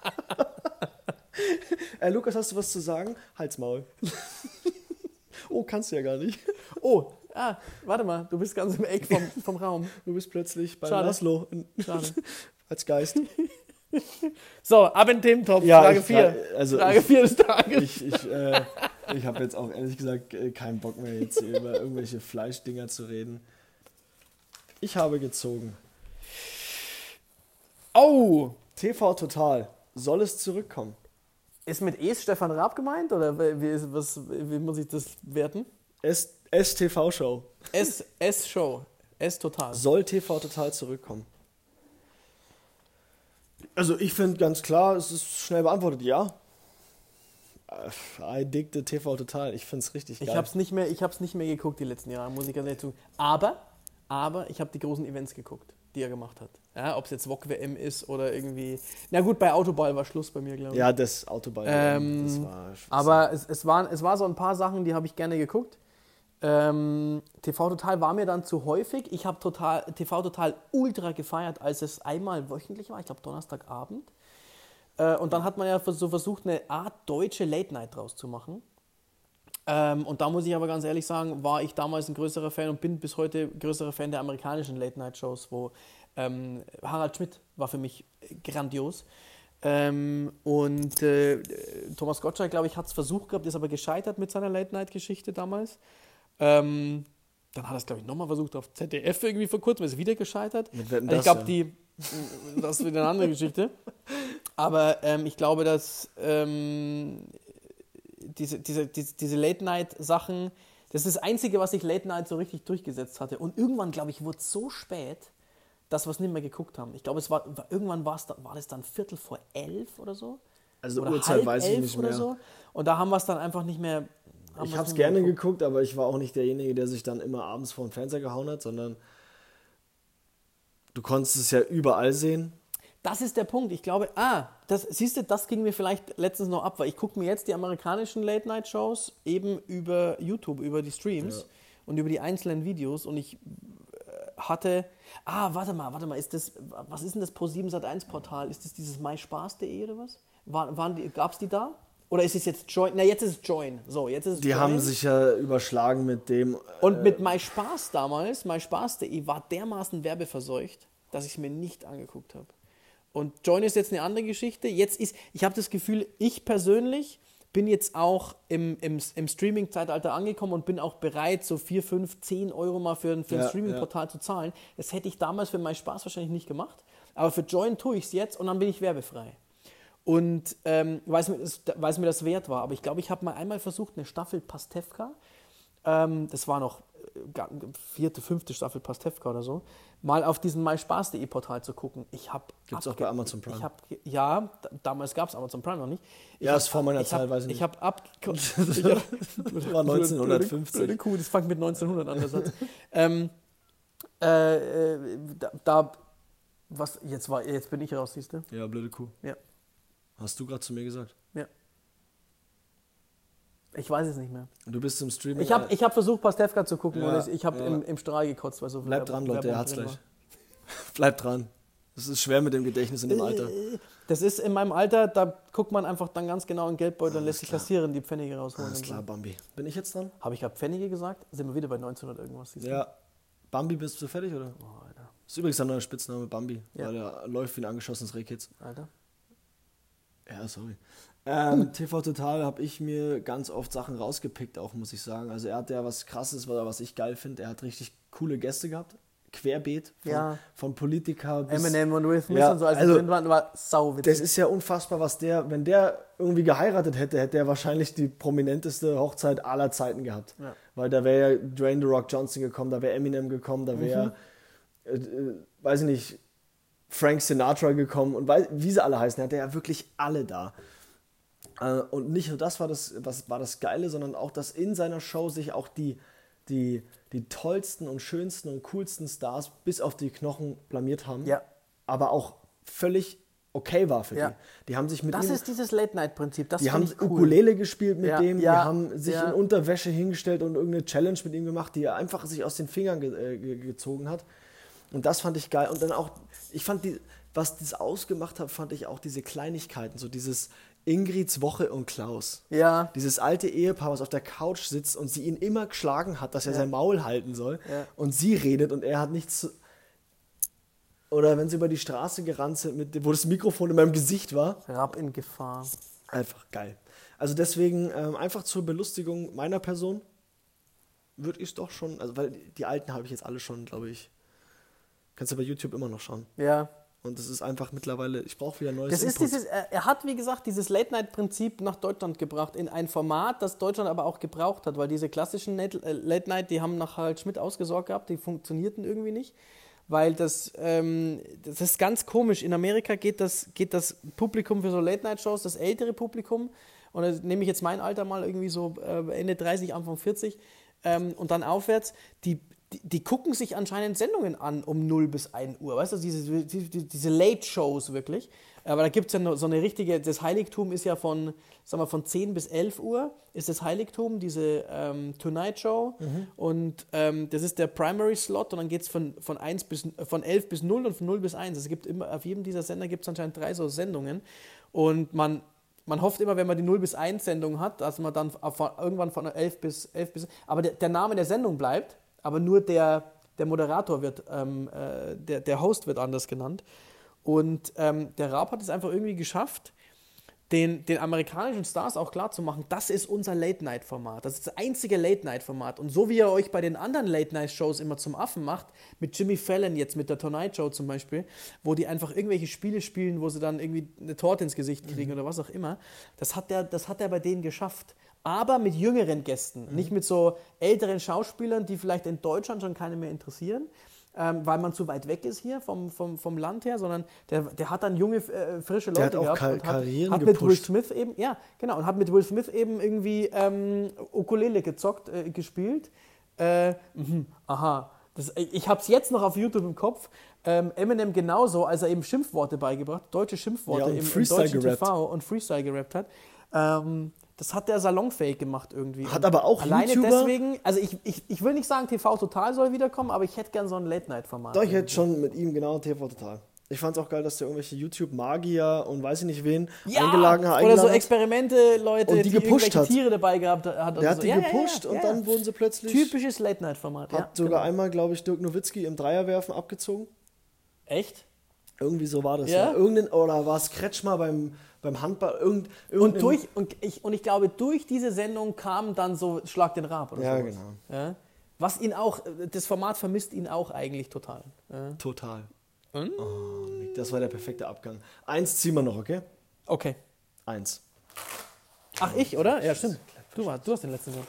äh, Lukas, hast du was zu sagen? Halt's Maul. Oh, kannst du ja gar nicht. Oh, ah, warte mal, du bist ganz im Eck vom, vom Raum. Du bist plötzlich bei Schade. Laszlo in- Schade. als Geist. So, ab in den Thementopf. Ja, Frage ich vier. fra- also Frage ich- vier des Tages. Ich, ich, äh, ich habe jetzt auch ehrlich gesagt äh, keinen Bock mehr, jetzt hier über irgendwelche Fleischdinger zu reden. Ich habe gezogen. Oh! T V Total. Soll es zurückkommen? Ist mit Es Stefan Raab gemeint oder wie, ist, was, wie muss ich das werten? S- S-T-V-Show. S, S-Show. S total. Soll T V Total zurückkommen? Also ich finde ganz klar, es ist schnell beantwortet, ja. Äh, I dig the T V Total. Ich finde es richtig geil. Ich habe es nicht, mehr- ich hab's nicht mehr geguckt die letzten Jahre, muss ich ganz ehrlich sagen. Aber, aber ich habe die großen Events geguckt, die er gemacht hat. Ja, ob es jetzt W O K W M ist oder irgendwie... Na gut, bei Autoball war Schluss bei mir, glaube ich. Ja, das Autoball. Ähm, das war Aber es, es, waren, es war so ein paar Sachen, die habe ich gerne geguckt. Ähm, T V Total war mir dann zu häufig. Ich habe total, T V Total ultra gefeiert, als es einmal wöchentlich war, ich glaube Donnerstagabend. Äh, und dann hat man ja so versucht, eine Art deutsche Late Night draus zu machen. Ähm, und da muss ich aber ganz ehrlich sagen, war ich damals ein größerer Fan und bin bis heute größerer Fan der amerikanischen Late Night Shows, wo ähm, Harald Schmidt war für mich grandios. Ähm, und äh, Thomas Gottschalk, glaube ich, hat es versucht gehabt, ist aber gescheitert mit seiner Late-Night-Geschichte damals. Ähm, dann hat er es, glaube ich, nochmal versucht auf Z D F irgendwie vor kurzem, ist wieder gescheitert. Mit Wetten, Also ich das, glaube, ja. die, das ist wieder eine andere Geschichte. Aber ähm, ich glaube, dass ähm, diese, diese, diese, diese Late-Night-Sachen, das ist das Einzige, was sich Late-Night so richtig durchgesetzt hatte. Und irgendwann, glaube ich, wurde es so spät, dass wir es nicht mehr geguckt haben. Ich glaube, es war, war irgendwann war es da, war das dann Viertel vor elf oder so. Also oder Uhrzeit halb weiß ich elf nicht oder mehr. so. Und da haben wir es dann einfach nicht mehr. haben Ich wir's habe es nicht mehr gerne geguckt. geguckt, aber ich war auch nicht derjenige, der sich dann immer abends vor den Fernseher gehauen hat, sondern du konntest es ja überall sehen. Das ist der Punkt. Ich glaube, ah, das, siehst du, das ging mir vielleicht letztens noch ab, weil ich gucke mir jetzt die amerikanischen Late-Night-Shows eben über YouTube, über die Streams Ja. und über die einzelnen Videos und ich hatte, ah, warte mal, warte mal, ist das, was ist denn das Pro sieben Sat eins Portal? Ist das dieses myspaß punkt de oder was? War, waren die, gab's die da? Oder ist es jetzt Join? Na, jetzt ist es Join. So, jetzt ist es Die Join. haben sich ja überschlagen mit dem. Und mit myspaß damals, myspaß punkt de war dermaßen werbeverseucht, dass ich es mir nicht angeguckt habe. Und Join ist jetzt eine andere Geschichte. Jetzt ist, ich habe das Gefühl, ich persönlich bin jetzt auch im, im, im Streaming-Zeitalter angekommen und bin auch bereit, so vier, fünf, zehn Euro mal für ein, für ein Ja, Streaming-Portal zu zahlen. Das hätte ich damals für MySpaß wahrscheinlich nicht gemacht. Aber für Join tue ich es jetzt und dann bin ich werbefrei. Und ähm, weil es mir, das- weil es mir das wert war. Aber ich glaube, ich habe mal einmal versucht, eine Staffel Pastewka, ähm, das war noch äh, ga- vierte, fünfte Staffel Pastewka oder so, mal auf diesem myspaß punkt de Portal zu gucken. Ich habe Gibt's auch bei Amazon Prime. Ich hab, ge- ja, d- damals gab es Amazon Prime noch nicht. Ich Ja, hab- ist vor meiner ich Zeit, hab, weiß ich Ich nicht. habe ab... Das war neunzehnhundertfünfzig. Blöde Kuh, das fängt mit neunzehnhundert an, der Satz. ähm, äh, äh, da, da, was, jetzt, war, jetzt bin ich raus, siehst du? Ja, blöde Kuh. Ja, Hast du gerade zu mir gesagt. ja. Ich weiß es nicht mehr. Und du bist im Streaming. Ich habe ich hab versucht, Pastewka zu gucken Ja, und ich, ich habe ja. im, im Strahl gekotzt, weil so viel Bleib dran, Leute, Werbung er hat's drin gleich. war. Bleib dran. Es ist schwer mit dem Gedächtnis in dem Alter. Das ist in meinem Alter, da guckt man einfach dann ganz genau in den Geldbeutel und Alles lässt sich klar. kassieren, die Pfennige rausholen. Alles und klar, Bambi. Bin ich jetzt dran? So. Habe ich gerade Pfennige gesagt? Sind wir wieder bei neunzehnhundert irgendwas? siehst du? Ja. Bambi, bist du fertig, oder? Oh, Alter. Das ist übrigens ein neuer Spitzname, Bambi. Ja. Weil er läuft wie ein angeschossenes Rehkitz. Alter. Ja, sorry. Ähm, T V Total habe ich mir ganz oft Sachen rausgepickt, auch muss ich sagen. Also er hat ja was Krasses, was was ich geil finde. Er hat richtig coole Gäste gehabt. Querbeet von, Ja. von Politiker bis... Eminem und Will Smith Ja, und so, als also- die drin waren, war sauwitzig. Das ist ja unfassbar, was der, wenn der irgendwie geheiratet hätte, hätte er wahrscheinlich die prominenteste Hochzeit aller Zeiten gehabt. Ja. Weil da wäre ja Dwayne The Rock Johnson gekommen, da wäre Eminem gekommen, da wäre, Mhm. äh, äh, weiß ich nicht, Frank Sinatra gekommen und weil, wie sie alle heißen, er hatte ja wirklich alle da. Äh, und nicht nur das war das, was war das Geile, sondern auch, dass in seiner Show sich auch die, die, die tollsten und schönsten und coolsten Stars bis auf die Knochen blamiert haben. Ja. Aber auch völlig okay war für Ja. die. Die haben sich mit Das ihm, ist dieses Late-Night-Prinzip, das die haben finde ich cool. Ukulele gespielt mit Ja, dem, ja, die haben sich ja. in Unterwäsche hingestellt und irgendeine Challenge mit ihm gemacht, die er einfach sich aus den Fingern ge äh, ge gezogen hat. Und das fand ich geil. Und dann auch, ich fand, die, was das ausgemacht hat, fand ich auch diese Kleinigkeiten, so dieses Ingrids Woche und Klaus. Ja, Dieses alte Ehepaar, was auf der Couch sitzt und sie ihn immer geschlagen hat, dass er Ja. sein Maul halten soll. Ja. Und sie redet und er hat nichts zu... Oder wenn sie über die Straße gerannt sind, mit, wo das Mikrofon in meinem Gesicht war. Rab in Gefahr. Einfach geil. Also deswegen ähm, einfach zur Belustigung meiner Person würde ich es doch schon... Also weil die alten habe ich jetzt alle schon, glaube ich. Kannst du bei YouTube immer noch schauen. Ja. Und das ist einfach mittlerweile... Ich brauche wieder neues Das ist Input. dieses, er er hat, wie gesagt, dieses Late-Night-Prinzip nach Deutschland gebracht, in ein Format, das Deutschland aber auch gebraucht hat, weil diese klassischen Net- äh, Late-Night, die haben nach Harald Schmidt ausgesorgt gehabt, die funktionierten irgendwie nicht, weil das, ähm, das ist ganz komisch. In Amerika geht das, geht das Publikum für so Late-Night-Shows, das ältere Publikum, und da nehme ich jetzt mein Alter mal irgendwie so äh, Ende dreißig, Anfang vierzig ähm, und dann aufwärts, die Die, die gucken sich anscheinend Sendungen an um null bis ein Uhr, weißt du, diese, diese, diese Late-Shows wirklich. Aber da gibt es ja noch so eine richtige, das Heiligtum ist ja von, sagen wir, von zehn bis elf Uhr ist das Heiligtum, diese ähm, Tonight Show. Mhm. Und ähm, das ist der Primary Slot und dann geht es von, von, eins bis, von elf bis null und von null bis eins. Es gibt immer, auf jedem dieser Sender gibt es anscheinend drei so Sendungen. Und man, man hofft immer, wenn man die null bis eins Sendung hat, dass man dann von, irgendwann von elf bis elf bis... Aber der, der Name der Sendung bleibt. Aber nur der, der Moderator wird, ähm, äh, der, der Host wird anders genannt. Und ähm, der Raab hat es einfach irgendwie geschafft, den, den amerikanischen Stars auch klar zu machen, das ist unser Late-Night-Format. Das ist das einzige Late-Night-Format. Und so wie er euch bei den anderen Late-Night-Shows immer zum Affen macht, mit Jimmy Fallon jetzt, mit der Tonight Show zum Beispiel, wo die einfach irgendwelche Spiele spielen, wo sie dann irgendwie eine Torte ins Gesicht kriegen mhm. oder was auch immer, das hat der, das hat er bei denen geschafft. Aber mit jüngeren Gästen, mhm. nicht mit so älteren Schauspielern, die vielleicht in Deutschland schon keine mehr interessieren, ähm, weil man zu weit weg ist hier vom, vom, vom Land her, sondern der, der hat dann junge, äh, frische Leute der hat auch gehabt Kar- und hat, hat mit Will Smith eben, ja, genau, und hat mit Will Smith eben irgendwie ähm, Ukulele gezockt, äh, gespielt. Äh, mh, aha, das, ich hab's jetzt noch auf YouTube im Kopf. Ähm, Eminem genauso, als er eben Schimpfworte beigebracht, deutsche Schimpfworte ja, im, im gerappt. deutschen T V und Freestyle gerappt hat. Ähm, Das hat der salonfähig gemacht irgendwie. Hat aber auch alleine YouTuber... deswegen, also ich, ich, ich will nicht sagen, T V Total soll wiederkommen, aber ich hätte gern so ein Late-Night-Format. Doch, ich hätte schon mit ihm genau T V Total. Ich fand es auch geil, dass der irgendwelche YouTube-Magier und weiß ich nicht wen ja, eingeladen hat. Oder so Experimente, Leute, und die, die gepusht irgendwelche hat. Tiere dabei gehabt hat. Der hat so. die ja, gepusht ja, ja, und ja. dann wurden sie plötzlich... Typisches Late-Night-Format, Hat ja. sogar genau. einmal, glaube ich, Dirk Nowitzki im Dreierwerfen abgezogen. Echt? Irgendwie so war das, Ja? ja. Irgendein, oder war es Kretschmer beim, beim Handball? Irgend, und, durch, und, ich, und ich glaube, durch diese Sendung kam dann so Schlag den Raab oder so. Ja, sowas. Genau. Ja? Was ihn auch, das Format vermisst ihn auch eigentlich total. Ja? Total. Hm? Oh, das war der perfekte Abgang. Eins ziehen wir noch, okay? Okay. Eins. Ach, ich, oder? Ja, stimmt. Du, war, du hast den letzten Wort.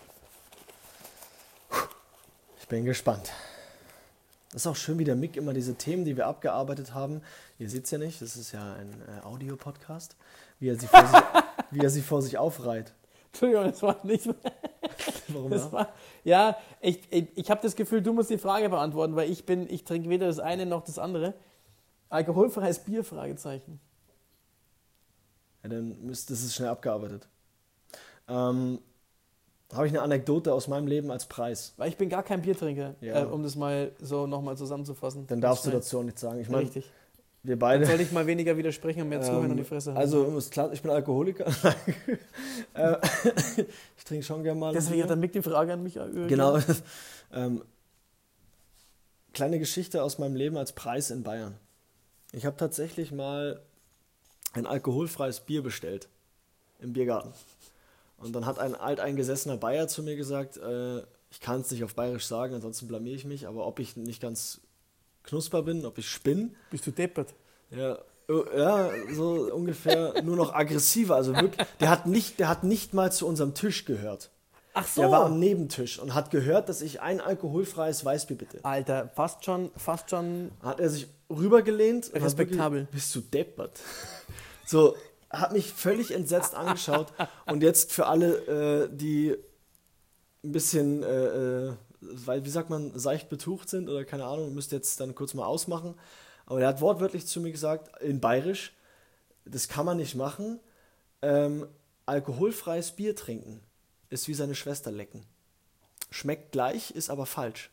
Ich bin gespannt. Das ist auch schön, wie der Mick immer diese Themen, die wir abgearbeitet haben, ihr seht es ja nicht, das ist ja ein äh, Audio-Podcast, wie er sie vor sich, wie er sie vor sich aufreiht. Entschuldigung, das war nicht... Warum das ja? war, ja, ich, ich, ich habe das Gefühl, du musst die Frage beantworten, weil ich bin, ich trinke weder das eine noch das andere. Alkoholfreies Bier, Fragezeichen. Ja, dann müsst, das ist schnell abgearbeitet. Ähm, habe ich eine Anekdote aus meinem Leben als Preis. Weil ich bin gar kein Biertrinker, Ja. äh, um das mal so nochmal zusammenzufassen. Dann darfst du dazu auch nichts sagen. Ich meine, Richtig. wir beide... Dann soll ich mal weniger widersprechen und mehr zuhören ähm, und die Fresse halten. Also, ist klar, ich bin Alkoholiker. äh, ich trinke schon gerne mal. Deswegen Bier. hat der Mick die Frage an mich. Äh, Genau. ähm, kleine Geschichte aus meinem Leben als Preis in Bayern. Ich habe tatsächlich mal ein alkoholfreies Bier bestellt im Biergarten. Und dann hat ein alteingesessener Bayer zu mir gesagt, äh, ich kann es nicht auf Bayerisch sagen, ansonsten blamier ich mich, aber ob ich nicht ganz knusper bin, ob ich spinn. Bist du deppert? Ja, ja, so ungefähr nur noch aggressiver. Also wirklich, der hat nicht, der hat nicht mal zu unserem Tisch gehört. Ach so. Der war am Nebentisch und hat gehört, dass ich ein alkoholfreies Weißbier bitte. Alter, fast schon, fast schon... Hat er sich rübergelehnt. und hat Respektabel. Wirklich, bist du deppert? So, hat mich völlig entsetzt angeschaut. Und jetzt für alle, äh, die ein bisschen, äh, äh, weil, wie sagt man, seicht betucht sind oder keine Ahnung, müsst jetzt dann kurz mal ausmachen. Aber der hat wortwörtlich zu mir gesagt, in Bayerisch, das kann man nicht machen. Ähm, alkoholfreies Bier trinken ist wie seine Schwester lecken. Schmeckt gleich, ist aber falsch.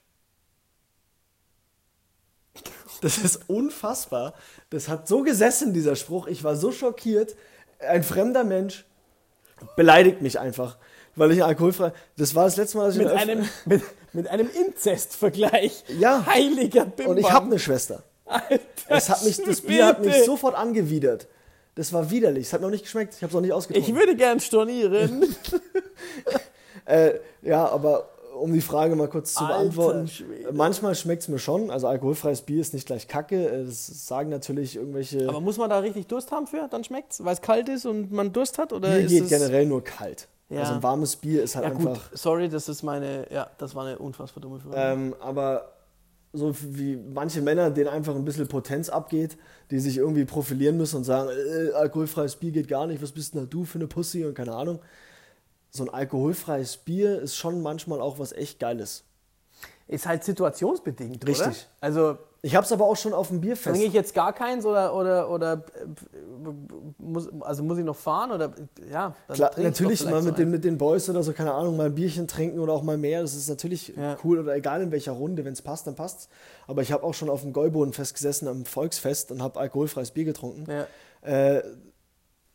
Das ist unfassbar. Das hat so gesessen, dieser Spruch. Ich war so schockiert. Ein fremder Mensch beleidigt mich einfach, weil ich alkoholfrei... Das war das letzte Mal, dass ich... Mit einem, mit, mit einem Inzestvergleich. Ja. Heiliger Bimbam. Und ich habe eine Schwester. Alter, Es hat mich, das Bier hat mich sofort angewidert. Das war widerlich. Es hat mir auch nicht geschmeckt. Ich habe es auch nicht ausgetrunken. Ich würde gern stornieren. äh, ja, aber um die Frage mal kurz zu Alter beantworten. Schwede. Manchmal schmeckt es mir schon. Also alkoholfreies Bier ist nicht gleich Kacke. Das sagen natürlich irgendwelche... Aber muss man da richtig Durst haben für? Dann schmeckt's? Weil es kalt ist und man Durst hat? Oder Bier ist geht es generell nur kalt. Ja. Also ein warmes Bier ist halt ja, gut, einfach... sorry, das ist meine... Ja, das war eine unfassbar dumme Frage. Ähm, aber so wie manche Männer, denen einfach ein bisschen Potenz abgeht, die sich irgendwie profilieren müssen und sagen, äh, alkoholfreies Bier geht gar nicht, was bist denn da du für eine Pussy und keine Ahnung. So ein alkoholfreies Bier ist schon manchmal auch was echt Geiles. Ist halt situationsbedingt, Richtig. oder? Also Ich hab's aber auch schon auf dem Bierfest. trinke ich jetzt gar keins oder, oder, oder äh, muss, also muss ich noch fahren? Oder ja, dann Klar, trink ich natürlich doch mal vielleicht mit so den, mit den Boys oder so, keine Ahnung, mal ein Bierchen trinken oder auch mal mehr. Das ist natürlich Ja. cool oder egal in welcher Runde, wenn es passt, dann passt's. Aber ich habe auch schon auf dem Gäubodenfest gesessen am Volksfest und habe alkoholfreies Bier getrunken. Ja. Äh,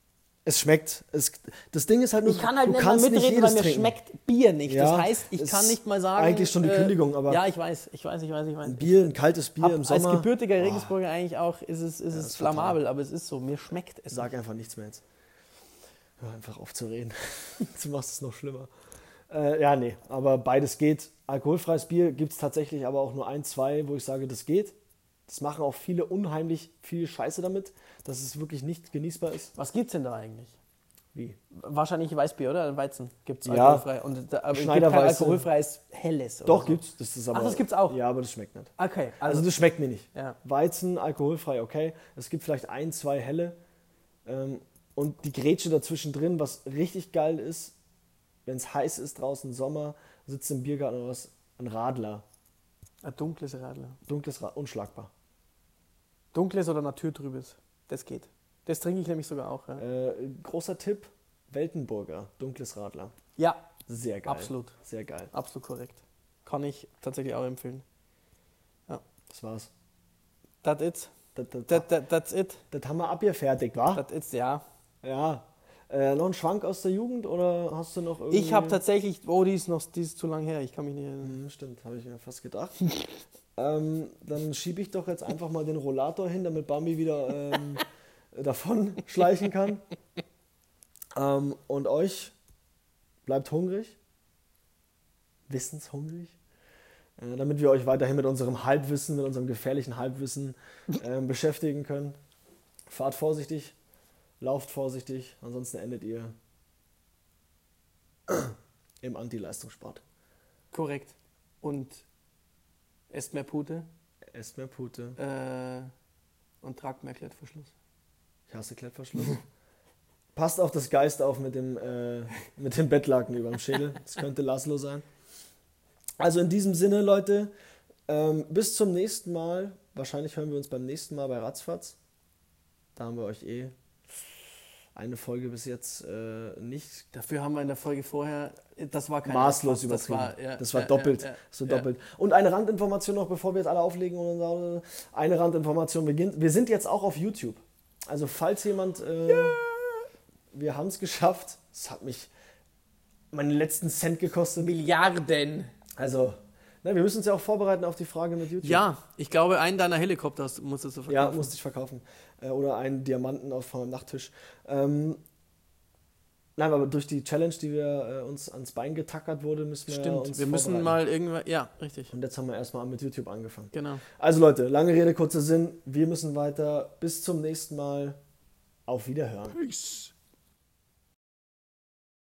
Es schmeckt. Es, das Ding ist halt nur, Ich kann halt du nicht mal kannst nicht mitreden, jedes weil mir trinken. schmeckt Bier nicht. Ja, das heißt, ich ist kann nicht mal sagen... eigentlich schon die Kündigung, aber- Ja, ich weiß, ich weiß, ich weiß, ich weiß. Ein Bier, ein kaltes Bier Hab, im als Sommer. gebürtiger Regensburger eigentlich auch ist es, ist es ist flammabel, aber es ist so, mir schmeckt es. Sag einfach nichts mehr jetzt. Hör einfach auf zu reden. Du machst es noch schlimmer. Äh, ja, nee, aber beides geht. Alkoholfreies Bier gibt es tatsächlich aber auch nur ein, zwei, wo ich sage, das geht. Das machen auch viele unheimlich viel Scheiße damit, dass es wirklich nicht genießbar ist. Was gibt's denn da eigentlich? Wie? Wahrscheinlich Weißbier, oder? Weizen gibt's Ja. alkoholfrei. Und da, aber es gibt kein Schneiderweiße. alkoholfreies Helles. Oder Doch, so. gibt's. Das ist aber, Ach, das gibt's auch? Ja, aber das schmeckt nicht. Okay, Also also, das schmeckt mir nicht. ja. Weizen, alkoholfrei, okay. Es gibt vielleicht ein, zwei helle. Ähm, und die Grätsche dazwischen drin, was richtig geil ist, wenn es heiß ist draußen, Sommer, sitzt im Biergarten oder was, ein Radler. Ein dunkles Radler. Dunkles Radler, unschlagbar. Dunkles oder naturtrübes. Das geht. Das trinke ich nämlich sogar auch. Ja, Äh, großer Tipp, Weltenburger, dunkles Radler. ja, Sehr geil. absolut. Sehr geil. Absolut korrekt. Kann ich tatsächlich auch empfehlen. Das war's. That's it. Das, das, That, that, that's it. das haben wir abgefertigt, wa? That's it, ja. Ja. Äh, noch ein Schwank aus der Jugend oder hast du noch irgendwie... Ich habe tatsächlich, oh, die ist noch, die ist zu lang her, ich kann mich nicht erinnern. Hm, stimmt, habe ich mir fast gedacht. ähm, dann schiebe ich doch jetzt einfach mal den Rollator hin, damit Bambi wieder ähm, davon schleichen kann. Ähm, und euch bleibt hungrig, wissenshungrig, äh, damit wir euch weiterhin mit unserem Halbwissen, mit unserem gefährlichen Halbwissen ähm, beschäftigen können. Fahrt vorsichtig, lauft vorsichtig, ansonsten endet ihr im Anti-Leistungssport. Korrekt. Und esst mehr Pute Esst mehr Pute. äh, und tragt mehr Klettverschluss. Ich hasse Klettverschluss. Passt auf das Geist auf mit dem, äh, mit dem Bettlaken über dem Schädel. Das könnte Laszlo sein. Also in diesem Sinne, Leute, ähm, bis zum nächsten Mal. Wahrscheinlich hören wir uns beim nächsten Mal bei Ratzfatz. Da haben wir euch eh eine Folge bis jetzt äh, nicht Dafür haben wir in der Folge vorher, das war kein maßlos Ratzfatz, das übertrieben. war, ja, das war ja, doppelt. Ja, ja, so ja. doppelt. Und eine Randinformation noch, bevor wir jetzt alle auflegen. Und sagen, eine Randinformation beginnt. Wir sind jetzt auch auf YouTube. Also falls jemand... Äh, ja. Wir haben es geschafft. Es hat mich meinen letzten Cent gekostet. Milliarden. Also, na, wir müssen uns ja auch vorbereiten auf die Frage mit YouTube. Ja, ich glaube, einen deiner Helikopters musstest du verkaufen. Ja, musste ich verkaufen. Äh, oder einen Diamanten auf vom Nachttisch. Ähm, nein, aber durch die Challenge, die wir äh, uns ans Bein getackert wurde, müssen wir Stimmt, uns wir müssen vorbereiten. mal irgendwann, ja, richtig. Und jetzt haben wir erstmal mit YouTube angefangen. Genau. Also Leute, lange Rede, kurzer Sinn. Wir müssen weiter. Bis zum nächsten Mal. Auf Wiederhören. Peace.